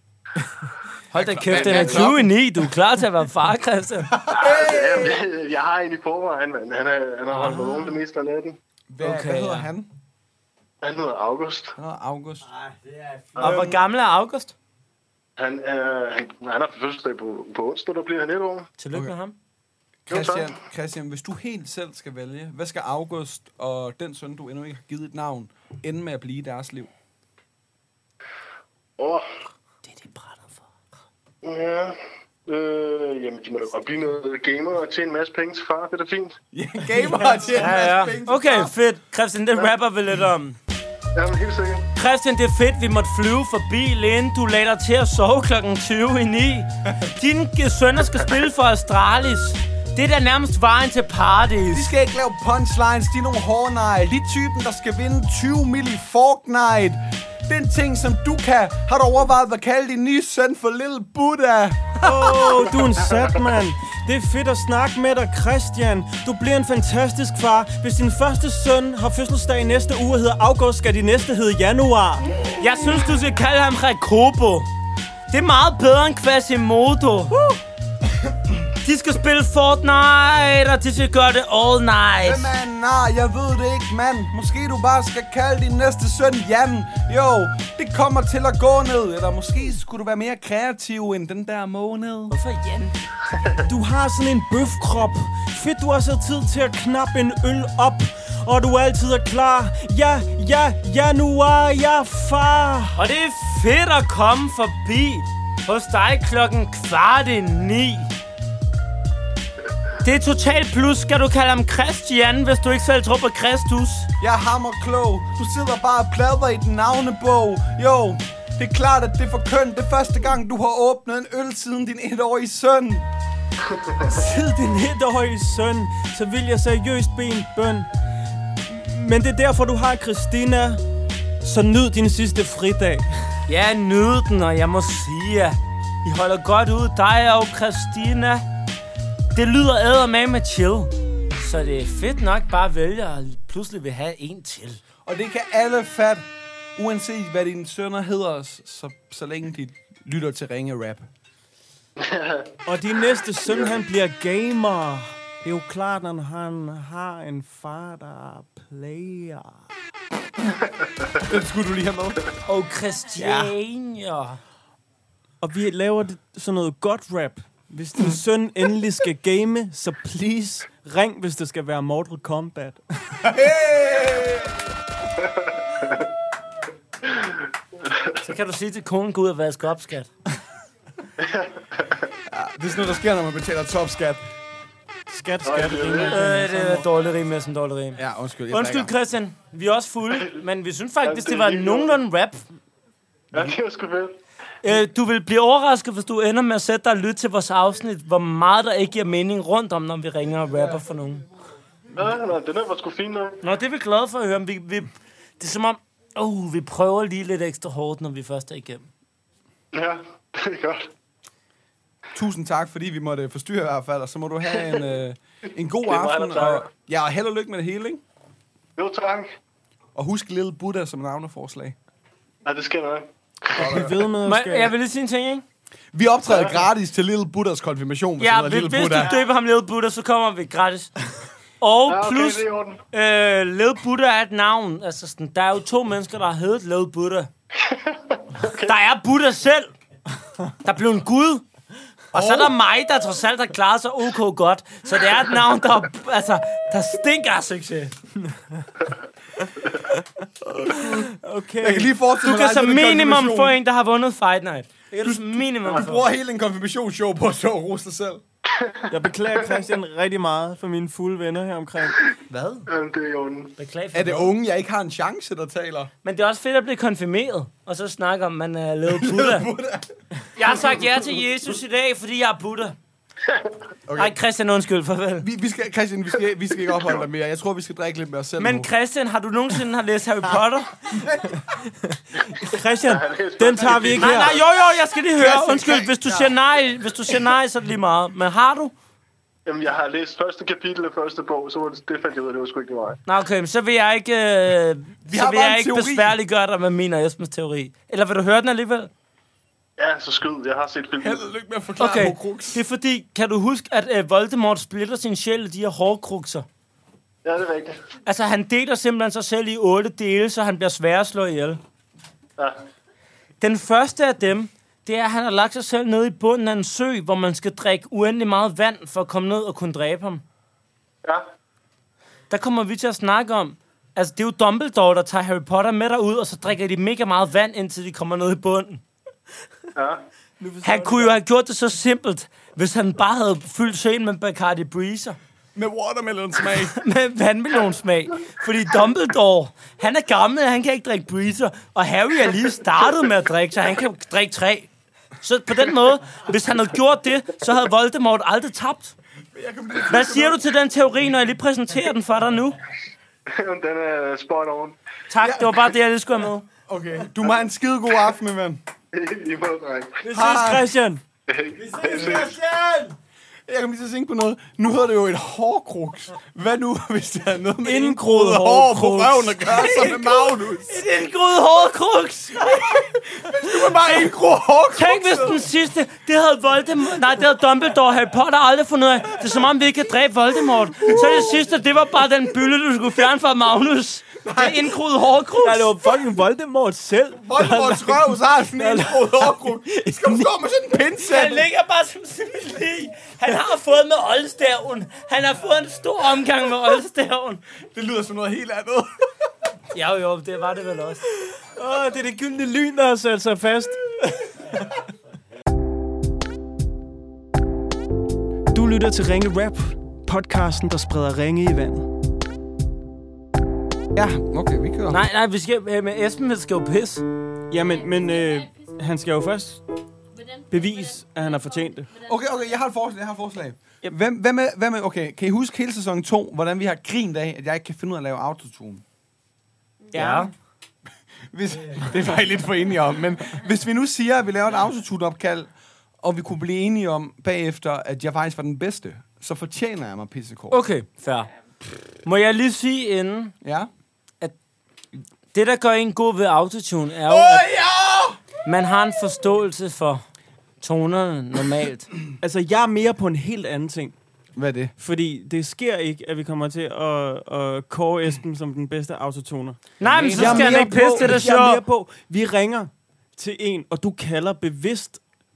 Hold da kæft, den er tyve i ni. Du er klar til at være far, Christian. Hey! Jeg, jeg har en i forvejen, men han, er, han har holdt på nogen det meste af natten. Hvad, okay, hvad hedder ja. han? Han hedder August. Han hedder August. Ej, det er og hvor gammel er August? Han, er, han, han har fødselsdag på, på onsdag, der bliver han et år. Tillykke okay. med ham. Christian, Christian, hvis du helt selv skal vælge, hvad skal August og den søn, du endnu ikke har givet et navn, ende med at blive i deres liv? Åh. Oh. Det er det brænder for. Ja. Øh, jamen, de må da godt blive noget gamer og tjene en masse penge til far. Det er da fint. Ja, gamer og tjene en ja, ja. masse penge til okay, far. fedt. Christian, det rapper vi lidt om. Jamen, helt sikkert. Christian, det er fedt, vi måtte flyve forbi, inden du lagde dig til at sove klokken tyve i ni. Dine sønner skal spille for Astralis. Det er da nærmest vejen til parties. De skal ikke lave punchlines, de er nogle hårdnegle. De typen, der skal vinde tyve mil i Fortnite. Den ting, som du kan, har du overvejet at kalde din nye søn for Lille Buddha. Åh, oh, du er en sat, mand. Det er fedt at snakke med dig, Christian. Du bliver en fantastisk far. Hvis din første søn har fødselsdag næste uge og hedder August, skal din næste hedde Januar. Jeg synes, du skal kalde ham Rekobo. Det er meget bedre end Quasimodo. Uh. De skal spille Fortnite, og de skal gøre det all night. Hvem er nej, jeg ved det ikke, mand. Måske du bare skal kalde din næste søn Jan. Jo, det kommer til at gå ned. Eller måske skulle du være mere kreativ end den der måned. Hvorfor Jan? Du har sådan en bøfkrop. Fedt, du har så tid til at knappe en øl op. Og du altid er klar. Ja, ja, januar, ja, far. Og det er fedt at komme forbi hos dig klokken kvart i ni. Det er totalt plus. Skal du kalde ham Christian, hvis du ikke selv tror på Kristus? Jeg er hammerklog. Du sidder bare og pladrer i den navnebog. Jo, det er klart, at det er for kønt. Det er første gang, du har åbnet en øl siden din etårige søn. Siden din etårige søn, så vil jeg seriøst bede en bøn. Men det er derfor, du har Christina. Så nyd din sidste fridag. Ja, nyd den, og jeg må sige, at I holder godt ud, dig og Christina. Det lyder eddermame med chill. Så det er fedt nok bare at vælge og pludselig vil have en til. Og det kan alle fat, uanset hvad dine sønner hedder, så, så længe de lytter til Ringe Rap. Og din næste søn, han bliver gamer. Det er jo klart, når han har en far, der er player. Den skulle du lige have med. Og Christian, ja. Og vi laver det, sådan noget godt rap. Hvis din søn endelig skal game, så please ring, hvis det skal være Mortal Kombat. Så kan du sige til konen, gå ud og vaske op, skat. Ja, det er sådan noget, der sker, når man betaler topskat. Skat, skat, rimelig. Øh, det er dårlig rim, med sådan dårlig rim. Ja, undskyld. Jeg Undskyld, drikker. Christian. Vi er også fulde, men vi synes faktisk, Ja, hvis det det er var lige nogenlunde rap, Ja, det var sgu fedt. øh, du vil blive overrasket, hvis du ender med at sætte dig og lytte til vores afsnit, hvor meget der ikke giver mening rundt om, når vi ringer og rapper for nogen. Nej, nej, den her var sgu fin nok. Nå, det er vi glade for at høre. Vi, vi, det er som om, uh, vi prøver lige lidt ekstra hårdt, når vi først er igennem. Ja, det er godt. Tusind tak, fordi vi måtte forstyrre i hvert fald, og så må du have en, øh, en god Det er mig, aften. der takker. Og, ja, og held og lykke med det hele, ikke? Jo, tak. Og husk Lille Buddha som navneforslag. Ja, det skal nok. Vi ved med, Men, skal... jeg vil lige sige en ting, ikke? Vi optræder gratis til Lille Buddhas konfirmation, hvis Ja, ja, hvis, Lille hvis Buddha. du døber ham Lille Buddha, så kommer vi gratis. Og Ja, okay, plus, det er i orden. øh, Lille Buddha er et navn. Altså, sådan, der er jo to mennesker, der har heddet Lille Buddha. Okay. Der er Buddha selv. Der blev en gud. Og så er der mig, der trods alt har klaret sig ok godt. Så det er et navn, der, altså, der stinker af succes. Okay. Jeg kan lige forestille Du mig kan som dig til den minimum konfirmation. få en, der har vundet Fight Night. Det kan du som minimum Du få. bruger hele en konfirmationsshow på at stå og rose dig selv. Jeg beklager Christian rigtig meget for mine fulde venner her omkring. Hvad? Jamen, det er i orden. Beklager for Er det hvad? unge, jeg ikke har en chance, der taler? Men det er også fedt at blive konfirmeret, og så snakke om, at man er Lille Buddha. Jeg har sagt ja til Jesus i dag, fordi jeg er Buddha. Okay. Nej, Christian, undskyld, farvel. Vi, vi skal, Christian, vi skal, vi skal ikke opholde dig mere. Jeg tror, vi skal drikke lidt mere selv Men nu. Christian, har du nogensinde har læst Harry Potter? Christian, den tager vi ikke Nej, her. nej, jo, jo, jeg skal lige høre. Christian, Undskyld, hvis du siger nej, hvis du siger nej, så er det lige meget. Men har du? Jamen, jeg har læst første kapitel af første bog, så var det, det fandt jeg ud af, det var sgu ikke mig. Nå, okay, men så vil jeg ikke, øh, Vi så har vil bare jeg en ikke teori. besværliggøre dig med min og Esbens teori. Eller vil du høre den alligevel? Ja, så skyd. Jeg har set filmen. Held og lykke med at forklare Okay, Horcrux. det er fordi, kan du huske, at øh, Voldemort splitter sin sjæl i de her hårkrukser? Ja, det er rigtigt. Altså, han deler simpelthen sig selv i otte dele, så han bliver svær at slå ihjel. Ja. Den første af dem, det er, at han har lagt sig selv ned i bunden af en sø, hvor man skal drikke uendelig meget vand for at komme ned og kunne dræbe ham. Ja. Der kommer vi til at snakke om, altså det er jo Dumbledore, der tager Harry Potter med derud, og så drikker de mega meget vand, indtil de kommer ned i bunden. Ja. Han kunne jo have gjort det så simpelt, hvis han bare havde fyldt søen med Bacardi Breezer. Med watermelon smag. Med vandmelonsmag. Fordi Dumbledore, han er gammel, han kan ikke drikke Breezer, og Harry er lige startet med at drikke, så han kan drikke tre. Så på den måde, hvis han havde gjort det, så havde Voldemort aldrig tabt. Hvad siger du til den teori, når jeg lige præsenterer den for dig nu? Den er spot on. Tak, det var bare det, jeg lige skulle have med. Okay, du må have en skide god aften, min ven. I må drenge. Vi ses, Christian. Jeg kan lige så tænke på noget. Nu hedder det jo et hårkrux. Hvad nu, hvis det er noget med Indgroet indgroet hår på hårkruks. røven og gør som med Magnus? Et indgroet hårkruks. Du er bare indgroet hårkrux. Tænk, hvis den sidste, det havde Voldemort, nej, det havde Dumbledore og Harry Potter aldrig fundet ud af. Det er som om, vi ikke kan dræbe Voldemort. Så det sidste, det var bare den bylle, du skulle fjerne fra Magnus. Det er indgroet hårkruks. Nej, det var fucking Voldemort selv. Voldemorts røv, så har sådan en indgroet hårkrux. Skal du stå med sådan en pinsæt? Han ligger bare som civil. Han har fået med oldstaven. Han har fået en stor omgang med oldstaven. Det lyder som noget helt andet. Ja, jo, det var det vel også. Åh, det er det gyldne lyn, der har sat sig fast. Du lytter til Ringe Rap, podcasten, der spreder ringe i vandet. Ja, okay, vi kører. Nej, nej, vi skal øh, med Esben, skal jo pisse. Jamen, men øh, han skal jo først bevise, at han har fortjent det. Okay, okay, jeg har et forslag. Jeg har et forslag. Hvem, hvem, er, hvem er, okay, kan I huske hele sæson to, hvordan vi har grint af, at jeg ikke kan finde ud af at lave autotune? Ja. Hvis, det var I lidt for enige om, men hvis vi nu siger, at vi laver et autotune-opkald, og vi kunne blive enige om bagefter, at jeg faktisk var den bedste, så fortjener jeg mig pissekort. Okay, fair. Må jeg lige sige inden, Ja? det der gør en god ved autotune, er jo, Åh, at ja! man har en forståelse for tonerne normalt. Altså, jeg er mere på en helt anden ting. Hvad er det? Fordi det sker ikke, at vi kommer til at, at kåre Esben som den bedste autotoner. Nej, men så Jeg er skal han mere ikke pisse på- det, der Jeg er sjov. mere på, vi ringer til en, og du kalder bevidst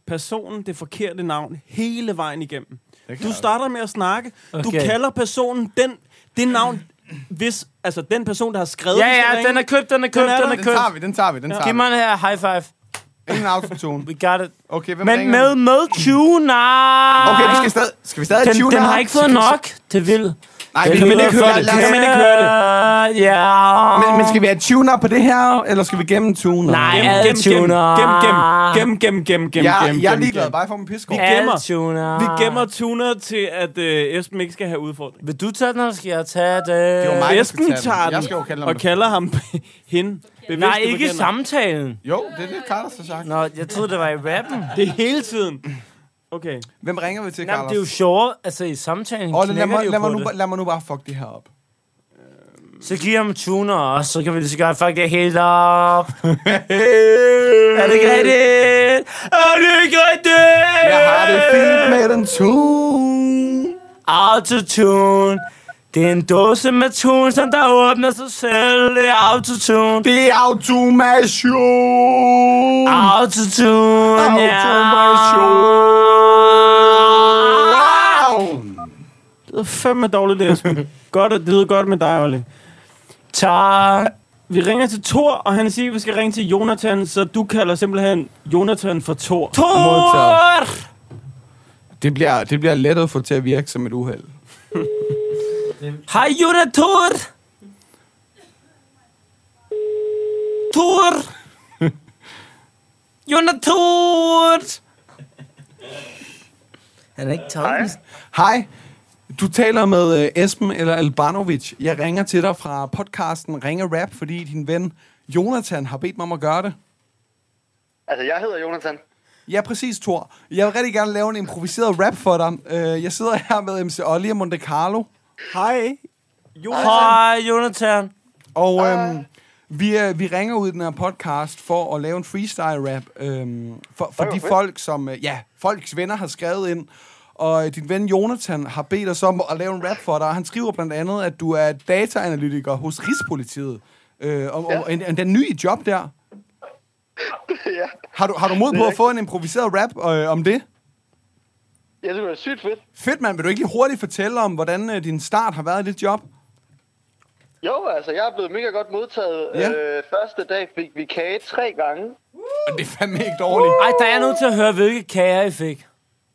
personen det forkerte navn hele vejen igennem. Du starter med at snakke. Okay. Du kalder personen den, det navn, hvis, altså den person, der har skrevet... Ja, ja, den er købt, den er købt, den er, den er købt. Den tager vi, den tager vi, den tager vi. Giv mig den her high five. Ingen autotune. We got it. Okay, hvem Men ringer? med, med tuner. Okay, vi skal stadig, skal vi stadig den, tune den her? har ikke fået nok til vild. Nej, vi kan man ikke høre det. Kan man ikke høre det? Ja. Men, men skal vi have tuner på det her, eller skal vi gennem tuner? Nej, Gem, alle gem, gem, tuner. gem, gem, gem, gem, gem, Jeg, gem, jeg er gem, ligeglad, gem. bare for min piskår. Vi Alle gemmer, tuner. vi gemmer tuner til, at øh, Esben ikke skal have udfordring. Vil du tage den, eller skal jeg tage det? Det var mig, der skal Esben tage den. tager Jeg skal jo den kalde ham og det. kalder ham hende. Nej, ikke i samtalen. Jo, det er det, Carlos har sagt. Nå, jeg troede, det var i rappen. Det er hele tiden. Okay. Hvem ringer vi til, Nej, Carlos? det er jo sjovere. Altså, i samtalen Åh, lad, knækker mig, de jo lad, mig på nu, det. lad mig nu bare fuck det her op. Så giver ham tuner, og så kan vi lige så godt fuck det helt op. Er det ikke rigtigt? Er det ikke rigtigt? Jeg har det fint med den tune. Autotune. Det er en dåse med tune, som der åbner sig selv. Det er autotune. Det er automation. Autotune, ja. Automation. Det er fandme dårligt, det, Esben. Godt, det lyder godt med dig, Olli. Tak. Vi ringer til Thor, og han siger, at vi skal ringe til Jonathan, så du kalder simpelthen Jonathan for Thor. Thor! Det bliver, det bliver let at få til at virke som et uheld. Hej, Jonathan! Thor! Jonathan! Han er ikke taget. Hej, du taler med uh, Esben eller Albanovic. Jeg ringer til dig fra podcasten Ringe Rap, fordi din ven Jonathan har bedt mig om at gøre det. Altså, jeg hedder Jonathan. Ja, præcis, Thor. Jeg vil rigtig gerne lave en improviseret rap for dig. Uh, jeg sidder her med M C Olli og Monte Carlo. Hej. Jonathan. Hej, Jonathan. Og øhm, vi, uh, vi ringer ud i den her podcast for at lave en freestyle-rap øhm, for, for de folk, som uh, ja, folks venner har skrevet ind. Og uh, din ven Jonathan har bedt os om at lave en rap for dig. Han skriver blandt andet, at du er dataanalytiker hos Rigspolitiet. Øh, og, ja. og en, en, den nye job der. Ja. Har du, har du mod på at få en improviseret rap øh, om det? Ja, det var sygt fedt. Fedt, mand. Vil du ikke lige hurtigt fortælle om, hvordan øh, din start har været i dit job? Jo, altså, jeg er blevet mega godt modtaget. Ja. Øh, første dag fik vi kage tre gange. Og det er fandme ikke dårligt. Ej, der er nødt til at høre, hvilke kager I fik.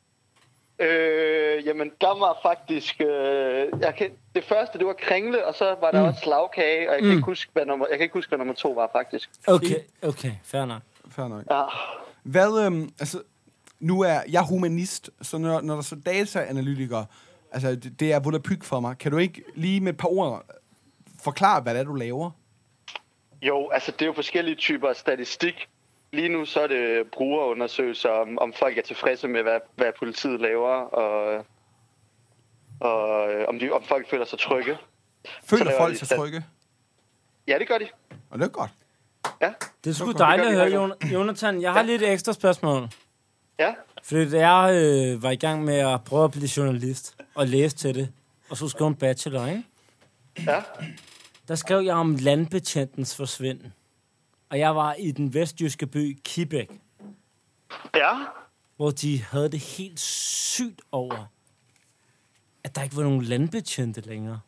Øh, jamen, der var faktisk... Øh, jeg kan, det første, det var kringle, og så var der mm. også slagkage, og jeg kan, Mm. ikke huske, hvad nummer, jeg kan ikke huske, hvad nummer to var, faktisk. Okay, okay, fair nok. Fair nok. Ja. Hvad, øhm, altså, nu er jeg humanist, så når, når der så dataanalytiker, altså, det, det er volapyk for mig. Kan du ikke lige med et par ord forklare, hvad det er, du laver? Jo, altså, det er jo forskellige typer statistik. Lige nu så er det brugerundersøgelser, om, om folk er tilfredse med, hvad, hvad politiet laver, og, og om, de, om folk føler sig trygge. Føler folk sig trygge? Ja, det gør de. Og det er godt. Ja. Det er sgu dejligt at høre, Jon- Jonathan. Jeg har Ja. lidt ekstra spørgsmål. Ja. Fordi da jeg øh, var i gang med at prøve at blive journalist og læse til det, og så skrive en bachelor, ikke? Ja. Der skrev jeg om landbetjentens forsvinden. Og jeg var i den vestjyske by Kibæk, Ja. hvor de havde det helt sygt over, at der ikke var nogen landbetjente længere.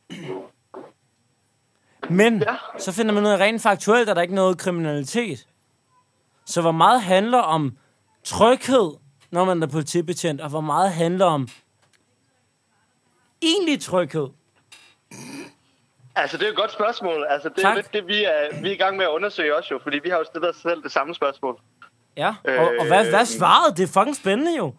Men Ja. så finder man noget rent faktuelt, at der ikke er noget kriminalitet. Så hvor meget handler om tryghed, når man er politibetjent, og hvor meget handler om egentlig tryghed? Altså, det er et godt spørgsmål. Altså, det er Tak. lidt det, vi er, vi er i gang med at undersøge også jo, fordi vi har jo stillet os selv det samme spørgsmål. Ja, og, og hvad, hvad svarede? Det er fucking spændende jo.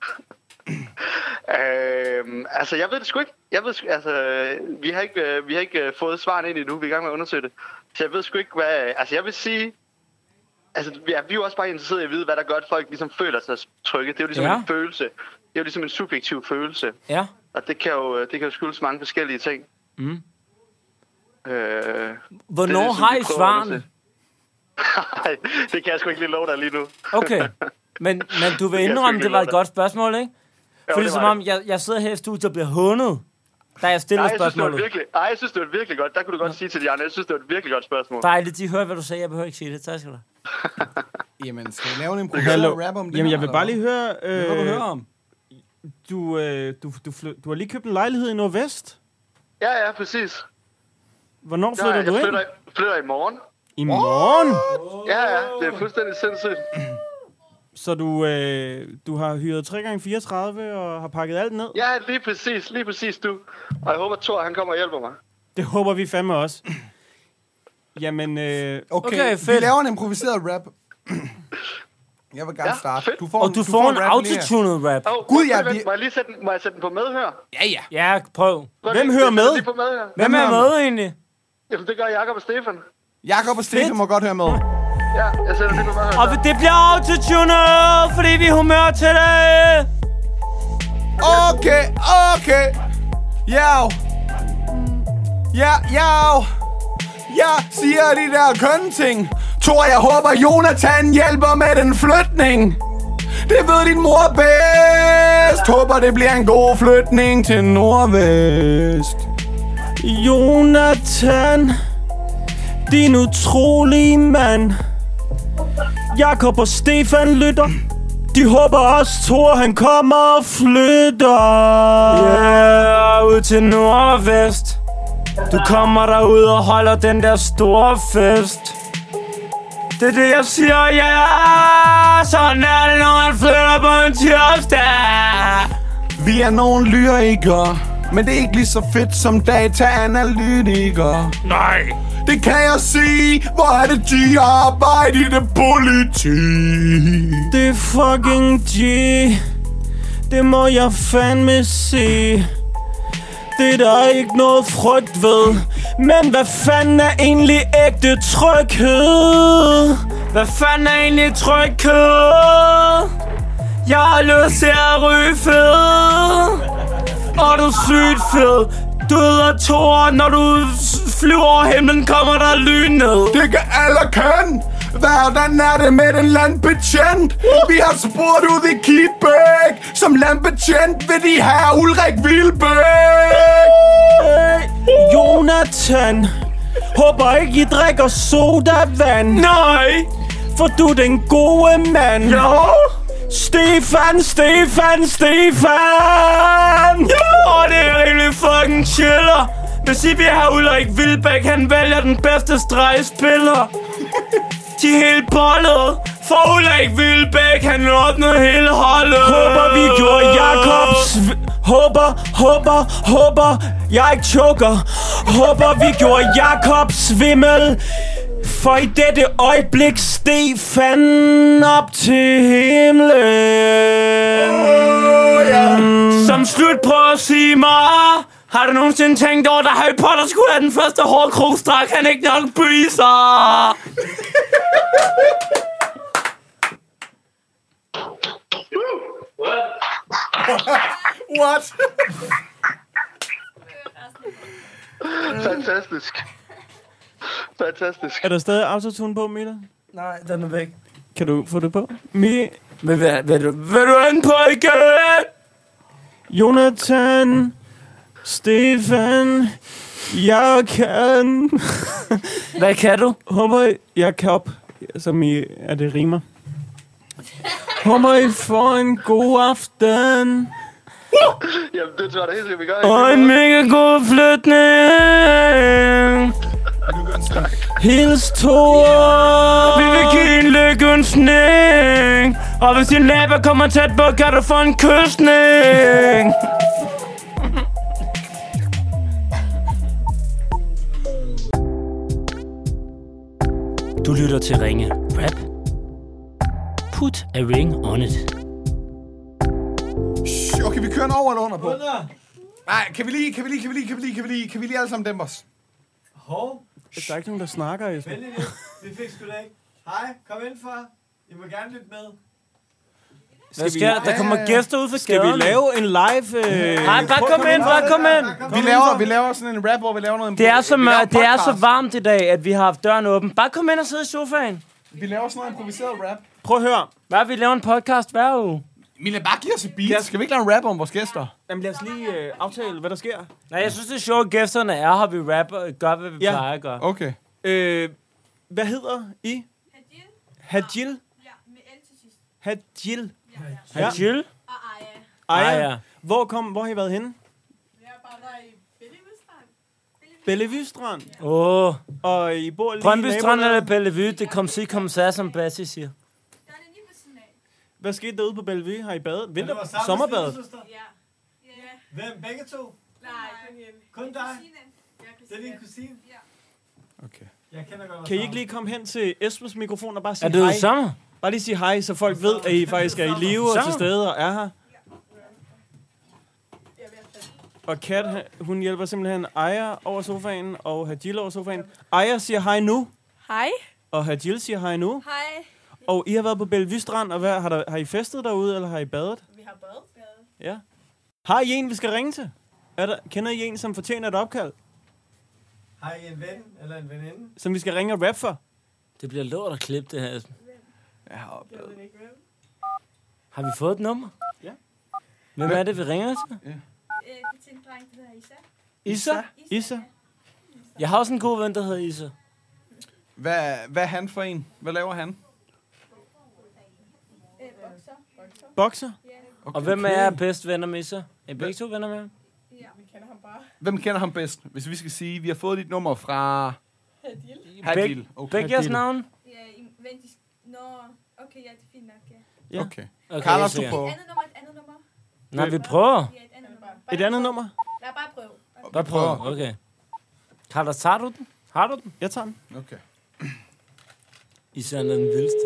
Øhm, altså, jeg ved det sgu ikke. Jeg ved, sgu- altså, vi har ikke, øh, vi har ikke øh, fået svarene ind endnu. Vi er i gang med at undersøge det. Så jeg ved sgu ikke, hvad... Altså, jeg vil sige... Altså, vi er, vi er jo også bare interesseret i at vide, hvad der gør, at folk ligesom føler sig trygge. Det er jo ligesom Ja. en følelse. Det er jo ligesom en subjektiv følelse. Ja. Og det kan jo, det kan jo skyldes mange forskellige ting. Mm. Øh, Hvornår det er det, som har vi I prøver at svarene? Nej, det kan jeg sgu ikke lige love dig lige nu. Okay, men, men du vil jeg sgu indrømme, ikke det var love et dig. godt spørgsmål, ikke? Jo, Fordi det som var om, det. jeg, jeg sidder her i studiet og bliver hånet, da jeg stiller Nej, jeg synes, det var et spørgsmålet. virkelig, ej, jeg synes, det var et virkelig godt. Der kunne du godt sige til de andre, jeg synes, det var et virkelig godt spørgsmål. Dejligt, de hører, hvad du sagde. Jeg behøver ikke sige det. Tak skal du have. Jamen, skal vi lave en improviseret rap om det? Jamen, jeg her, vil bare lige høre... Øh, Hvad vil du høre om? Du, øh, du, du, fly, du har lige købt en lejlighed i Nordvest. Ja, ja, præcis. Hvornår flytter ja, du jeg ind? flytter, flytter i morgen. I morgen? Ja, ja, det er fuldstændig sindssygt. Så du, øh, du har hyret tre gange fireogtredive og har pakket alt ned? Ja, lige præcis, lige præcis du. Og jeg håber, Thor, han kommer og hjælper mig. Det håber vi fandme også. Jamen, øh, okay, okay, fedt. Vi laver en improviseret rap. Jeg vil gerne Ja, starte. fedt. Du får Og en, du, du får en rap lige her. autotunet rap. Oh, Gud, ja, vent, vi- Må jeg lige sætte den, må jeg sætte den på medhør? Ja, ja. Ja, prøv. Prøv Hvem lige- hører sæt med? den Lige på medhør. Hvem Hvem er er med egentlig? Jamen, det gør Jakob og Stefan. Jakob og Stefan må godt høre med. Ja, jeg sætter lige på medhør. Og det bliver autotunet, fordi vi er humør til det. Okay, okay. Ja. Ja, ja. Jeg siger de der kønne ting. Tror jeg håber, Jonathan hjælper med den flytning. Det ved din mor bedst. Håber, det bliver en god flytning til Nordvest. Jonathan, din utrolige mand. Jakob og Stefan lytter. De håber også, Thor han kommer og flytter. Ja, ud til Nordvest. Du kommer derud og holder den der store fest. Det er det, jeg siger, ja. Sådan er det, når man flytter på en tirsdag. Vi er nogle lyrikere, men det er ikke lige så fedt som data-analytikere. Nej. Det kan jeg sige. Hvor er det, de arbejder i det politi? Det er fucking G. Det må jeg fandme se. Det er der ikke noget frygt ved. Men hvad fanden er egentlig ægte tryghed? Hvad fanden er egentlig tryghed? Jeg har lyst til at ryge fed. Og du er sygt fed. Du hedder Thor. Når du flyver over himlen, kommer der lyn ned. Det kan alle kan. Hvordan er det med den landbetjent? Vi har spurgt ud i Kibæk. Som landbetjent vil de have Ulrik Wilbæk. Hey, Jonathan, håber ikke I drikker sodavand. Nej. For du er den gode mand. Jo. Stefan, Stefan, Stefan. Åh, det er rimelig fucking chiller. Hvis I vil have Ulrik Wilbæk, han vælger den bedste stregspiller. De er helt bollet. For Ulrik Wilbæk, han åbner hele holdet. Håber vi gjorde Jakobs... Håber, håber, håber, jeg ikke choker. Håber vi gjorde Jakob svimmel. For i dette øjeblik steg fanden op til himlen. Oh, yeah. Som slut prøv at sige mig. Har du nogensinde tænkt over, at Harry Potter skulle have den første hårkrog, drak han ikke nok briser? What? Fantastisk. Fantastisk. Er der stadig autotune på, Mita? Nej, den er væk. Kan du få det på? Mi... Vil, vil, vil, du, vil du ind på igen? Jonathan, Stefan, jeg kan... Hvad kan du? Håber, jeg kan op, som i, er det rimer. Håber, I får en god aften. Jamen, det tror jeg da helt sikkert, vi gør. Og en mega god flytning. Hils Thor. Vi vil give en lykønsning. Og hvis din nabo kommer tæt på, kan du få en kysning. Du lytter til Ringe Rap. Put a ring on it. Okay, vi kører en over eller under på. Nej, kan vi lige, kan vi lige, kan vi lige, kan vi lige, kan vi lige, kan vi lige alle sammen dæmpe os? Hov, Der er ikke nogen, der snakker, Jesper. vælg lidt. Vi fik sgu da ikke. Hej, kom ind for. I må gerne lytte med. Hvad sker der? Der kommer gæster ud for Skal vi skaderne. lave en live... Øh... Nej, bare kom ind, bare kom ind. Vi laver, vi laver sådan en rap, hvor vi laver noget... Det er så vi laver mørkt, det er så podcast. varmt i dag, at vi har haft døren åben. Bare kom ind og sidde i sofaen. Vi laver sådan noget improviseret rap. Prøv at høre. Hvad, vi laver en podcast hver uge. Mila, bare giv os et beat. Skal vi ikke lave en rap om vores gæster? Jamen lad os lige øh, aftale, hvad der sker. Nej, jeg synes, det er sjovt, at gæsterne er her. Vi rapper, gør, hvad vi Ja. plejer at gøre. Okay. Øh, hvad hedder I? Hadil. Hadjil. Ja. Hadjil? Og Aya. Aya. Aya. Hvor, kom, hvor har I været henne? Vi er bare der i Bellevuestrand. Bellevue Strand. Åh. Oh. Og I bor lige Brøndby i Strand nabolaget? eller Bellevue, det kom sig, kom sig, som Bassi siger. Der er det lige ved siden af. Hvad skete derude på Bellevue? Har I badet? Men Vinter? det var samme Sommerbadet? lillesøster. Ja. Ja. Hvem? Begge to? Nej, kun Jelle. Kun dig? Det er din kusine? Ja. Okay. Jeg kender godt Kan I ikke lige komme hen til Esbens mikrofon og bare sige Er det hej? det samme? Bare lige sige hej, så folk ved, at I faktisk er i live og til stede og er her. Og Kat, hun hjælper simpelthen Aya over sofaen og Hadjil over sofaen. Aya siger hej nu, Hej. og Hadjil siger hej nu. Hej. Og I har været på Bellevue Strand, og hvad, har, der, har I festet derude, eller har I badet? Vi har badet. Ja. Har I en, vi skal ringe til? Er der, kender I en, som fortjener et opkald? Har I en ven eller en veninde? Som vi skal ringe og rap for? Det bliver lort at klippe det her. Jeg har opdaget. Har vi fået et nummer? Ja. Hvem er det, vi ringer til? Øh, til en dreng, der hedder Isa. Isa? Isa? Jeg har også en god ven, der hedder Isa. Hvad, hvad er han for en? Hvad laver han? Øh, bokser. Bokser? Ja. Og hvem er jeg bedst venner med Isa? Er I begge to venner med ham? Ja. Vi kender ham bare. Hvem kender ham bedst? Hvis vi skal sige, vi har fået dit nummer fra... Hadil. Hadil. Okay. Begge jeres navn? Ja, i, vent, de- Nå, okay, ja, det er fint nok, ja. Ja. Okay. Okay, Carlos, du jeg på. Et andet nummer, et andet nummer. Nej, vi prøver. Ja, et andet nummer. Bare Et andet nummer? Lad bare prøve. Bare prøv. Okay. Carlos, tager du den? Har du den? Jeg tager den. Okay. Isa er den vildeste.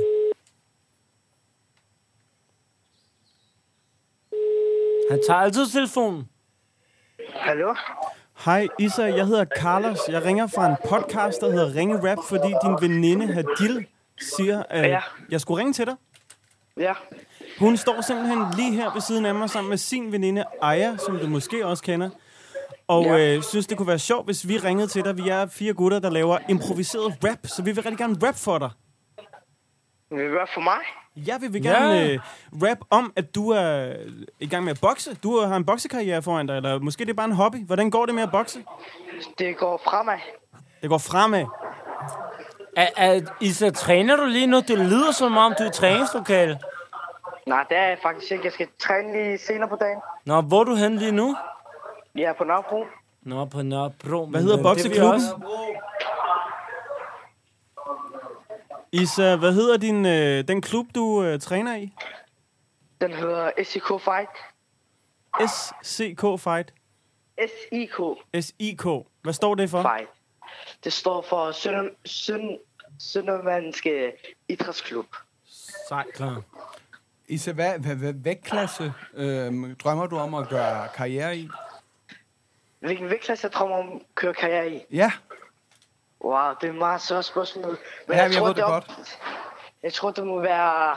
Han tager altid telefonen. Hallo? Hej Isa, jeg hedder Carlos. Jeg ringer fra en podcast, der hedder Ringe Rap, fordi din veninde Hadil siger, at Ja. jeg skulle ringe til dig. Ja. Hun står simpelthen lige her ved siden af mig sammen med sin veninde Aya, som du måske også kender. Og Ja. øh, synes, det kunne være sjovt, hvis vi ringede til dig. Vi er fire gutter, der laver improviseret rap, så vi vil rigtig gerne rap for dig. Vil du være for mig? Ja, vi vil Ja. gerne øh, rap om, at du er i gang med at bokse. Du har en boksekarriere foran dig, eller måske det er bare en hobby. Hvordan går det med at bokse? Det går fremad. Det går fremad. Er, er, Isa, træner du lige nu? Det lyder som om, du er i træningslokale. Nej, det er jeg faktisk ikke. Jeg skal træne lige senere på dagen. Nå, hvor er du henne lige nu? Jeg er på Nørrebro. Nå, på Nørrebro. Hvad hedder Men, øh, det er vi bokseklubben? også. Isa, hvad hedder din, øh, den klub, du øh, træner i? Den hedder S I K Fight. S C K Fight. S I K S I K. Hvad står det for? Fight. Det står for Sønder, Søn, Søndermandske Idrætsklub. Sej. Klar. Isa, hvad, hvad, hvad vægtklasse øh, drømmer du om at gøre karriere i? Hvilken vægtklasse jeg drømmer om at køre karriere i? Ja. Wow, det er et meget svært spørgsmål. Men Ja, jeg, jeg tror, ved det er godt. Jeg tror, det må være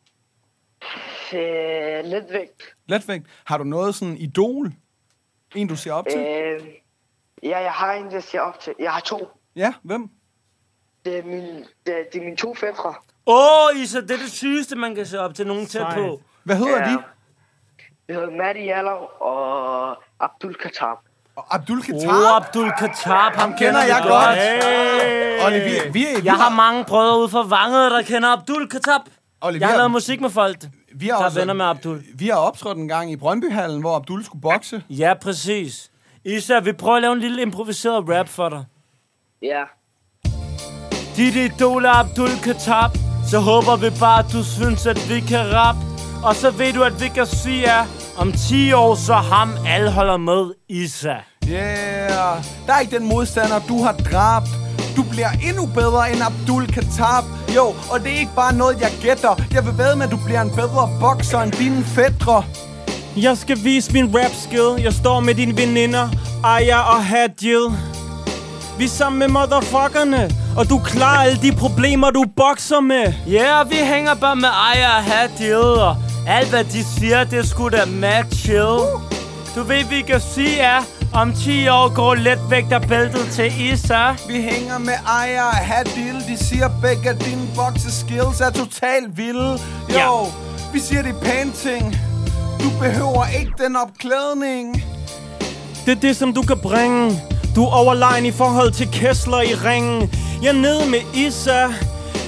øh, letvægt. Letvægt. Har du noget sådan idol? En, du ser op til? Øh, ja, jeg har en, jeg ser op til. Jeg har to. Ja, hvem? Det er, min, det, er, det er mine to fætre. Åh, oh, Isa, det er det sygeste, man kan se op til nogen tæt Sejt. på. Hvad hedder Ja. de? Det hedder Matti Jallow og Abdul Khattab. Og Abdul Åh, Khattab. oh, Abdul Khattab, ham kender jeg vi godt. Hey. Olli, vi, vi, vi, Jeg har mange brødre ude for Vanget, der kender Abdul Khattab. Olli, vi Jeg har har- lavet musik med folk, vi har der er også- venner med Abdul. Vi har optrådt en gang i Brøndbyhallen, hvor Abdul skulle bokse. Ja, præcis. Isa, vi prøver at lave en lille improviseret rap for dig. Ja. Dit idol er Abdul Khattab. Så håber vi bare, at du synes, at vi kan rap. Og så ved du, at vi kan sige, at om ti år, så ham alle holder med Isa. Yeah. Der er ikke den modstander, du har dræbt. Du bliver endnu bedre end Abdul Khattab. Jo, og det er ikke bare noget, jeg gætter. Jeg vil vædde med, at du bliver en bedre bokser end dine fætre. Jeg skal vise min rap skill. Jeg står med dine veninder, Aya og Hadjil. Vi er sammen med motherfuckerne, og du klarer alle de problemer, du bokser med. Ja, yeah, vi hænger bare med Aya og Hadjil, og alt hvad de siger, det er sgu da mad chill. Du ved, vi kan sige, at om ti år går letvægterbæltet til Isa. Vi hænger med Aya og Hadil. De siger begge, at dine bokseskills er totalt vilde. Jo, Ja. vi siger de pæne ting. Du behøver ikke den opklædning. Det er det, som du kan bringe. Du er overlegen i forhold til Kessler i ringen. Jeg er nede med Isa.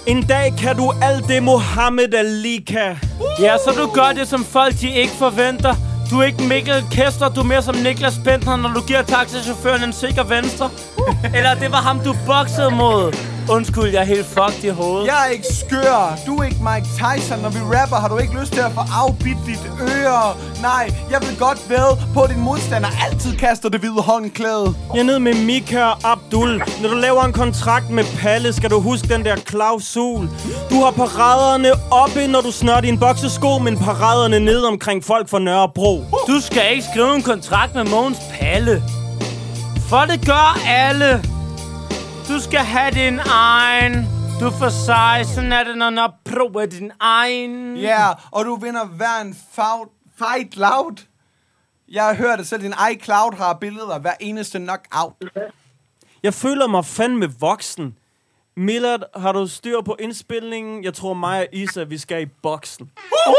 En dag kan du alt det, Mohammed Ali kan. Ja, så du gør det, som folk de ikke forventer. Du er ikke Mikkel Kester, du er mere som Niklas Bentner, når du giver taxichaufføren en sikker venstre. Eller det var ham, du boksede mod. Undskyld, jeg er helt fucked i hovedet. Jeg er ikke skør. Du er ikke Mike Tyson. Når vi rapper, har du ikke lyst til at få afbidt dit øre. Nej, jeg vil godt ved på, at din modstander altid kaster det hvide håndklæde. Jeg er nede med Mika og Abdul. Når du laver en kontrakt med Palle, skal du huske den der klausul. Du har paraderne oppe, når du snør din boksesko, men paraderne ned omkring folk fra Nørrebro. Du skal ikke skrive en kontrakt med Mogens Palle. For det gør alle. Du skal have din egen. Du får sig, sådan er det, når man prøver din egen. Ja, yeah, og du vinder hver en fight, fight loud. Jeg har hørt, at selv din iCloud har billeder af hver eneste knockout. Jeg føler mig fandme voksen. Millard, har du styr på indspilningen? Jeg tror mig og Isa, vi skal i boksen. Uh!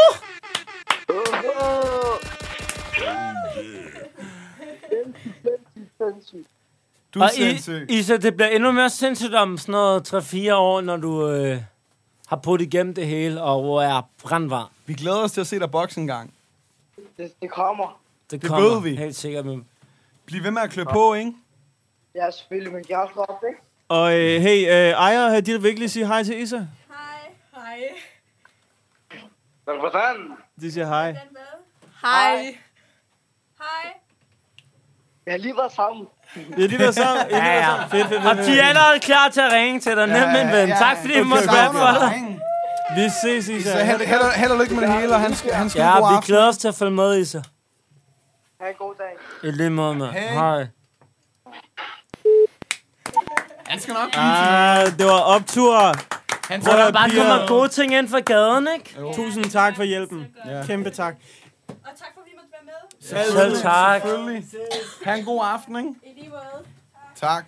Du er og sindssyg. I, Isa, det bliver endnu mere sindssygt om sådan noget tre fire år, når du øh, har puttet igennem det hele, og hvor er brandvarm. Vi glæder os til at se dig bokse en gang. Det, det kommer. Det, det kommer, ved vi. Helt sikkert. Men... Bliv ved med at klø på, ikke? Ja, selvfølgelig, men jeg også op, ikke? Og øh, hey, øh, Ejer, har de virkelig sige hej til Isa? Hej. Hej. Hvad fanden? De siger hej. Hej. Hej. Jeg har lige været sammen. Vi har lige været sammen. Ja, ja. Fedt, fedt, fedt, og de er allerede klar til at ringe til dig. Nem, min ven. Tak fordi I måtte være for dig. Vi ses, Isa. Så held, held, held og lykke med det hele, og han skal, han skal ja, god vi aften. glæder os til at følge med, Isa. Ha' en god dag. I lige måde med. Hey. Hej. Han skal nok Ah, det var optur. Han Hvor der bare kommer gode ting ind fra gaden, ikke? Jo. Tusind tak for hjælpen. Ja. Kæmpe tak. Og tak for, at vi måtte være med. Selv tak. Selvfølgelig. Ha' en god aften, ikke? I lige måde. Tak.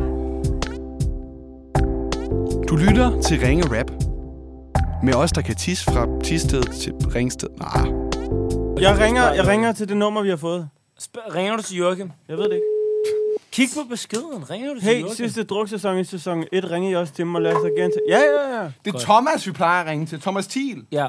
Du lytter til Ringe Rap. Med os, der kan tisse fra Tisted til Ringsted. Nej. Jeg ringer, jeg ringer til det nummer, vi har fået. Sp- ringer du til Joachim? Jeg ved det ikke. Kig på beskeden. Ringer du til Hey, Joachim? sidste druksæson i sæson et ringer I også til mig. Lad os da gerne til. Ja, ja, ja. Det er Thomas, vi plejer at ringe til. Thomas Thiel. Ja.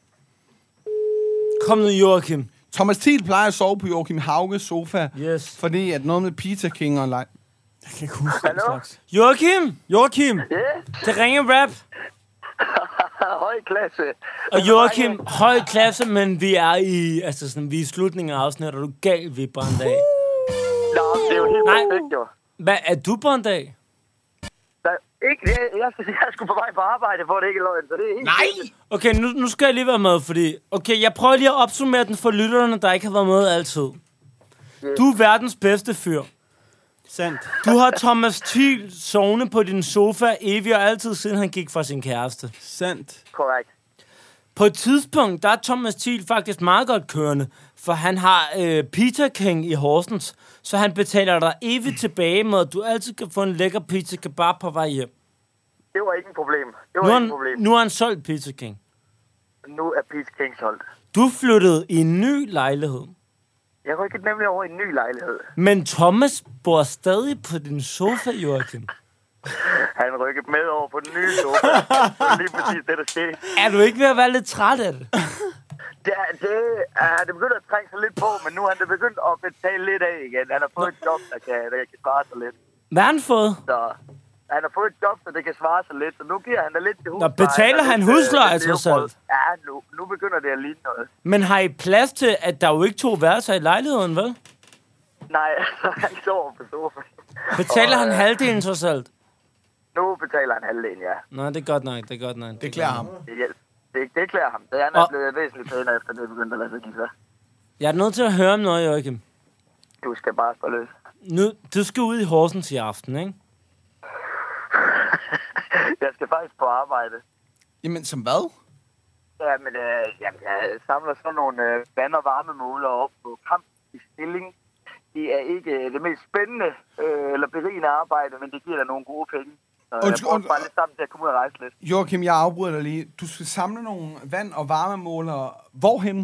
Kom nu, Joachim. Thomas Thiel plejer at sove på Joachim Hauges sofa. Yes. Fordi at noget med Pizza King og like. Jeg kan ikke huske den slags. Joachim! Joachim! Ja. Det ringer rap. Høj klasse. Og Joachim, høj klasse, men vi er i, altså sådan, vi er i slutningen af afsnittet, og du er gal, vi er brændt af. Nå, det er jo helt Nej. perfekt, jo. Hvad, er du brændt af? Der, ikke, jeg, jeg, jeg, jeg skulle på vej på arbejde, for det ikke er løgn, så det er helt... Nej! Okay, nu, nu skal jeg lige være med, fordi... Okay, jeg prøver lige at opsummere den for lytterne, der ikke har været med altid. Du er verdens bedste fyr. Sandt. Du har Thomas Thiel sovende på din sofa evig og altid, siden han gik fra sin kæreste. Sandt. Korrekt. På et tidspunkt, der er Thomas Thiel faktisk meget godt kørende, for han har øh, Pizza King i Horsens, så han betaler dig evigt tilbage med, at du altid kan få en lækker pizza kebab på vej hjem. Det var ikke et problem. Det Nu var har ikke et han, problem. nu har han solgt Pizza King. Nu er Pizza King solgt. Du flyttede i en ny lejlighed. Jeg rykkede nemlig over i en ny lejlighed. Men Thomas bor stadig på din sofa, Joachim. Han rykkede med over på den nye sofa. Det var lige præcis det, der skete. Er du ikke ved at være lidt træt af det? Det, det, uh, det begynder at trænge sig lidt på, men nu er han det begyndt at betale lidt af igen. Han har fået et job, der kan, der kan svare sig lidt. Hvad har han fået? Så han har fået et job, så det kan svare sig lidt. Så nu giver han da lidt til husleje. Nå, betaler han lidt, husleje, lidt trods levebrød. alt? Ja, nu, nu begynder det at ligne noget. Men har I plads til, at der jo ikke to værelser i lejligheden, vel? Nej, altså, han sover på sofaen. Betaler Og, han øh, halvdelen trods alt? Nu betaler han halvdelen, ja. Nej, det er godt nok, det er godt nok. Det klæder ham. Det hjælper. Det, det klæder ham. Det han er Og- blevet væsentligt pænere, efter det begyndte at lade sig give sig. Jeg er nødt til at høre om noget, Joachim. Du skal bare stå løs. Nu, du skal ud i Horsens i aften, ikke? Jeg skal faktisk på arbejde. Jamen, som hvad? Ja, men øh, jamen, jeg samler sådan nogle øh, vand- og varmemåler op på kamp i stilling. Det er ikke øh, det mest spændende øh, eller berigende arbejde, men det giver da nogle gode penge. Så jeg Undskyld, bruger und- bare lidt sammen til at komme ud og rejse lidt. Joachim, jeg afbryder dig lige. Du skal samle nogle vand- og varmemålere. Hvorhen?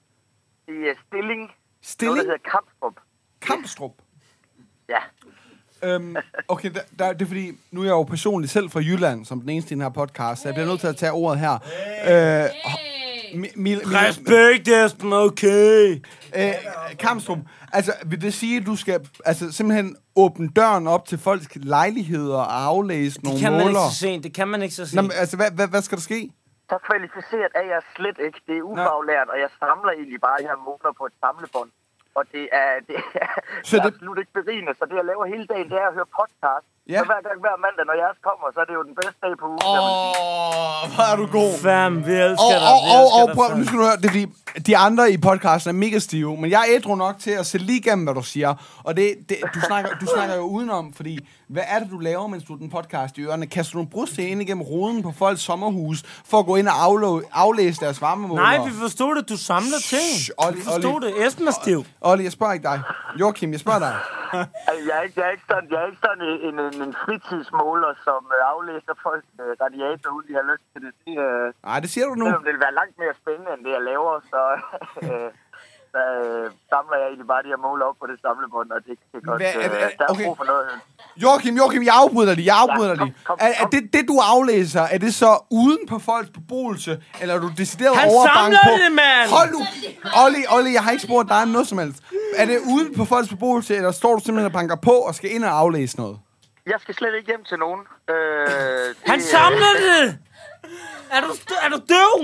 I uh, stilling. Stilling? Noget, der hedder Kampstrup. Kampstrup? Ja. Øhm, okay, der, der, det er fordi, nu er jeg jo personligt selv fra Jylland, som den eneste i den her podcast, så jeg bliver nødt til at tage ordet her. Hey. Øh, mi, mi, mi, Respekt, Esben, okay. Øh, Kamstrup, altså vil det sige, at du skal altså, simpelthen åbne døren op til folks lejligheder og aflæse nogle måler? Det kan man ikke så sent, det kan man ikke så sent. Nå, altså, hvad, hvad, hvad skal der ske? Så kvalificeret er jeg slet ikke. Det er ufaglært, og jeg samler egentlig bare her måler på et samlebånd. Og det er, det er, så det er det... absolut ikke berigende. Så det, jeg laver hele dagen, det er at høre podcast. Ja. Så hver gang, hver mandag, når jeres kommer, så er det jo den bedste dag på ugen. Åh, oh, hvor er du god. Fam, vi elsker oh, dig. Og, og, og prøv, nu skal du høre, det er fordi, de andre i podcasten er mega stive, men jeg er ædru nok til at se lige igennem, hvad du siger. Og det, det, du, snakker, du snakker jo udenom, fordi hvad er det, du laver, mens du er den podcast i ørerne? Kaster du en brudste ind igennem ruden på folks sommerhus, for at gå ind og aflå, aflæse deres varmemåler? Nej, vi forstod det, du samler ting. Shh, Olli, vi forstod det, Esben er stiv. Olli, jeg spørger ikke dig. Joachim, jeg spørger dig. jeg, er ikke, jeg, er ikke sådan, jeg er ikke sådan en, en, en fritidsmåler, som øh, aflæser folks øh, radiator, uden de har lyst til det. det øh, Nej, det siger du nu. Selvom det vil være langt mere spændende, end det jeg laver, så... øh, så øh, samler jeg egentlig bare de her måler op på det samlebånd, og det kan godt... Hvad, er, er, der er okay. brug for noget. Joachim, Joachim, jeg afbryder dig, jeg afbryder ja, kom, dig. kom, er, er det, det, du aflæser, er det så uden på folks beboelse, eller er du decideret overbank på... Han samler det, mand! Hold nu! Olli, Olli, jeg har ikke spurgt dig om noget som helst. Er det uden på folks beboelse, eller står du simpelthen og banker på og skal ind og aflæse noget? Jeg skal slet ikke hjem til nogen. Øh, det, Han samler det! Er du, er du døv?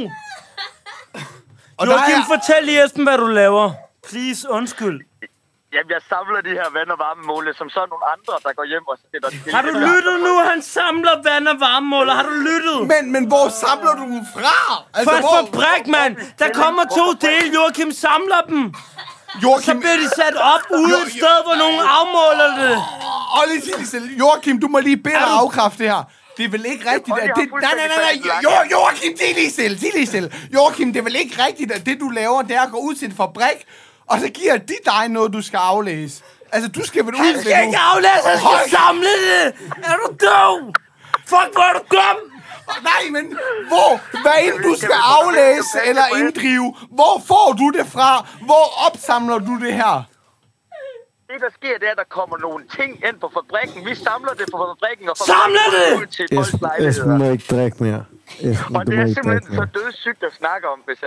Og Joachim, er... fortæl lige, Esben, hvad du laver. Please, undskyld. Jamen, jeg samler de her vand- og varmemåler, som så nogle andre, der går hjem og sætter det. Har du lyttet nu? Han samler vand- og varmemåler. Har du lyttet? Men, men hvor samler du dem fra? Altså, Først hvor... fabrik, mand. Der kommer to dele. Joachim samler dem. Joachim... Så bliver de sat op ude jo, et sted, hvor nogen afmåler det. Olli, sig det selv. Joachim, du må lige bede dig afkræfte det her. Det er vel ikke rigtigt, at det... Nej, nej, nej, nej. Jo, Joachim, det er lige stille, det er lige stille. Joachim, det er vel ikke rigtigt, at det, du laver, det er at gå ud til en fabrik, og så giver de dig noget, du skal aflæse. Altså, du skal vel ud til... Han skal ikke aflæse, han skal samle det! Er du døv? Fuck, hvor er du dum! Nej, men hvor, hvad end du skal aflæse eller inddrive, hvor får du det fra? Hvor opsamler du det her? Det, der sker, det er, at der kommer nogle ting ind på fabrikken. Vi samler det på fabrikken og samler det! Ud til folks lejligheder. Esben må ikke drikke mere. Esben, og det er simpelthen så dødssygt at snakke om, hvis jeg...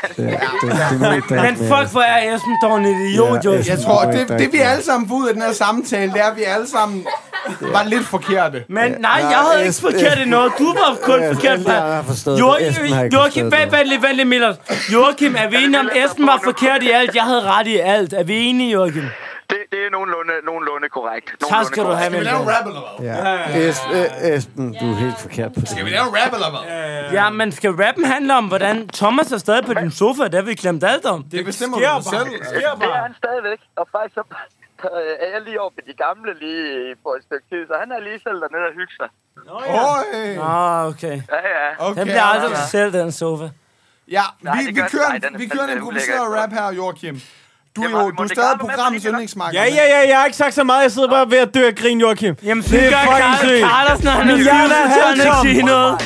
Ja, men fuck, hvor er Esben dog en idiot, jo. Jeg tror, det, det vi alle sammen får ud af den her samtale, det er, at vi alle sammen var lidt forkerte. Men nej, jeg havde ikke forkert i noget. Du var kun forkert. Joachim, vent lidt, vent lidt, Miller. Joachim, er vi enige om, Esben var forkert i alt? Jeg havde ret i alt. Er vi enige, Joachim? Det, det er nogenlunde, nogenlunde korrekt. Tak skal du have, Skal vi lave en rap eller hvad? Ja. Esben, Esben, du er helt forkert på det. Skal vi lave en rap eller hvad? Ja, men skal rappen handle om, hvordan Thomas er stadig på din sofa? Det har vi glemt alt om. Det bestemmer du selv. Det er han stadigvæk. Og faktisk så er jeg lige over ved de gamle lige på et stykke tid, så han er lige selv dernede og hygge sig. Nå ja. Nå, okay. Ja, ja. Den bliver aldrig selv, den sofa. Ja, vi, vi kører, vi kører en improviseret rap her, Joachim. Du er jo du er stadig programmets yndlingsmarked. Ja, ja, ja, jeg har ikke sagt så meget. Jeg sidder bare ved at dø af grin, Joachim. Jamen, det gør Carlos, når han er ikke noget.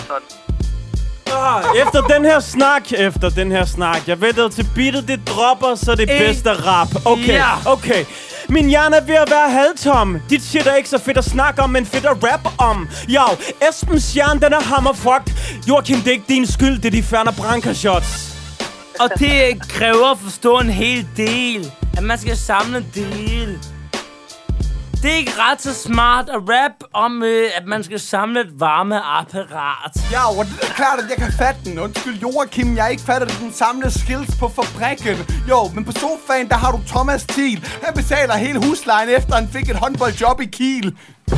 Efter den her snak, efter den her snak, jeg ved til beatet, det dropper, så det bedste rap. Okay, okay. Min hjerne er ved at være halvtom. Dit shit er ikke så fedt at snakke om, men fedt at rap om. Jo, Esbens hjerne, den er hammerfucked. Joachim, det er ikke din skyld, det er de Ferner Branca shots. Og det kræver at forstå en hel del. At man skal samle en del. Det er ikke ret så smart at rap om, øh, at man skal samle et varmeapparat. Ja, og det er klart, at jeg kan fatte den. Undskyld, Joachim, jeg ikke fatter den samlede skills på fabrikken. Jo, men på sofaen, der har du Thomas Thiel. Han betaler hele huslejen, efter han fik et håndboldjob i Kiel.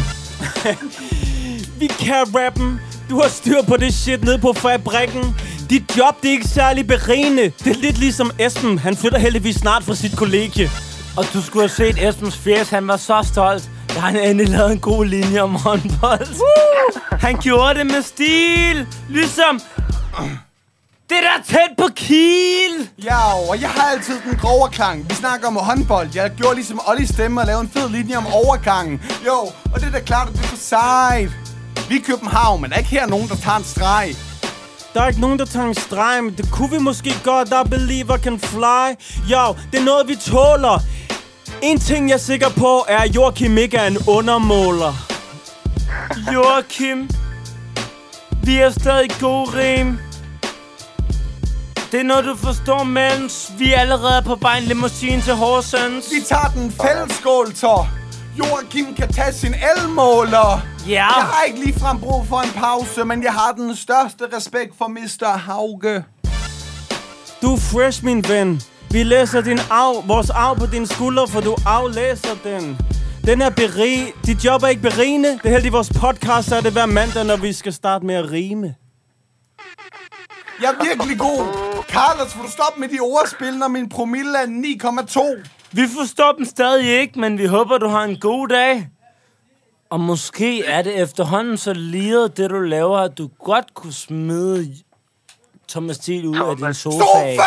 Vi kan rappen. Du har styr på det shit nede på fabrikken. Dit job, det er ikke særlig berigende. Det er lidt ligesom Esben. Han flytter heldigvis snart fra sit kollegie. Og du skulle have set Esbens fjes. Han var så stolt. Da han endelig lavede en god linje om håndbold. Woo! Han gjorde det med stil. Ligesom... Det der tæt på Kiel. Ja, og jeg har altid den grove klang. Vi snakker om håndbold. Jeg gjorde ligesom Ollis stemme og lavede en fed linje om overgangen. Jo, og det er da klart, at det er for sejt. Vi er København, men der er ikke her nogen, der tager en streg. Der er ikke nogen, der tager en streg, men det kunne vi måske godt. I believe I can fly. Jo, det er noget, vi tåler. En ting, jeg er sikker på, er, at Joachim ikke er en undermåler. Joachim, vi er stadig gode rim. Det er noget, du forstår, mens vi er allerede på vej en limousine til Horsens. Vi tager den fællesskål, så Joachim kan tage sin elmåler. Ja. Jeg har ikke ligefrem brug for en pause, men jeg har den største respekt for mister Hauge. Du er fresh, min ven. Vi læser din arv, vores arv på dine skuldre, for du aflæser den. Den er berig... Dit job er ikke berigende. Det er heldigt, vores podcast er det hver mandag, når vi skal starte med at rime. Jeg er virkelig god. Carlos, vil du stoppe med de ordspil, når min promille er ni komma to? Vi forstår dem stadig ikke, men vi håber, du har en god dag. Og måske er det efterhånden så liret, det du laver, at du godt kunne smide Thomas Thiel ud af din sofa. Sofa!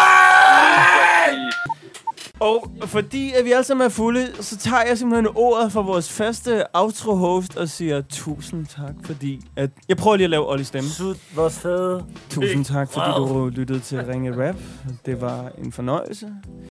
Og fordi at vi alle sammen er fulde, så tager jeg simpelthen ordet for vores faste outro-host og siger tusind tak, fordi... At jeg prøver lige at lave Olli stemme. Sut, hvor fede. Tusind tak, fordi wow. du lyttede til Ringe Rap. Det var en fornøjelse.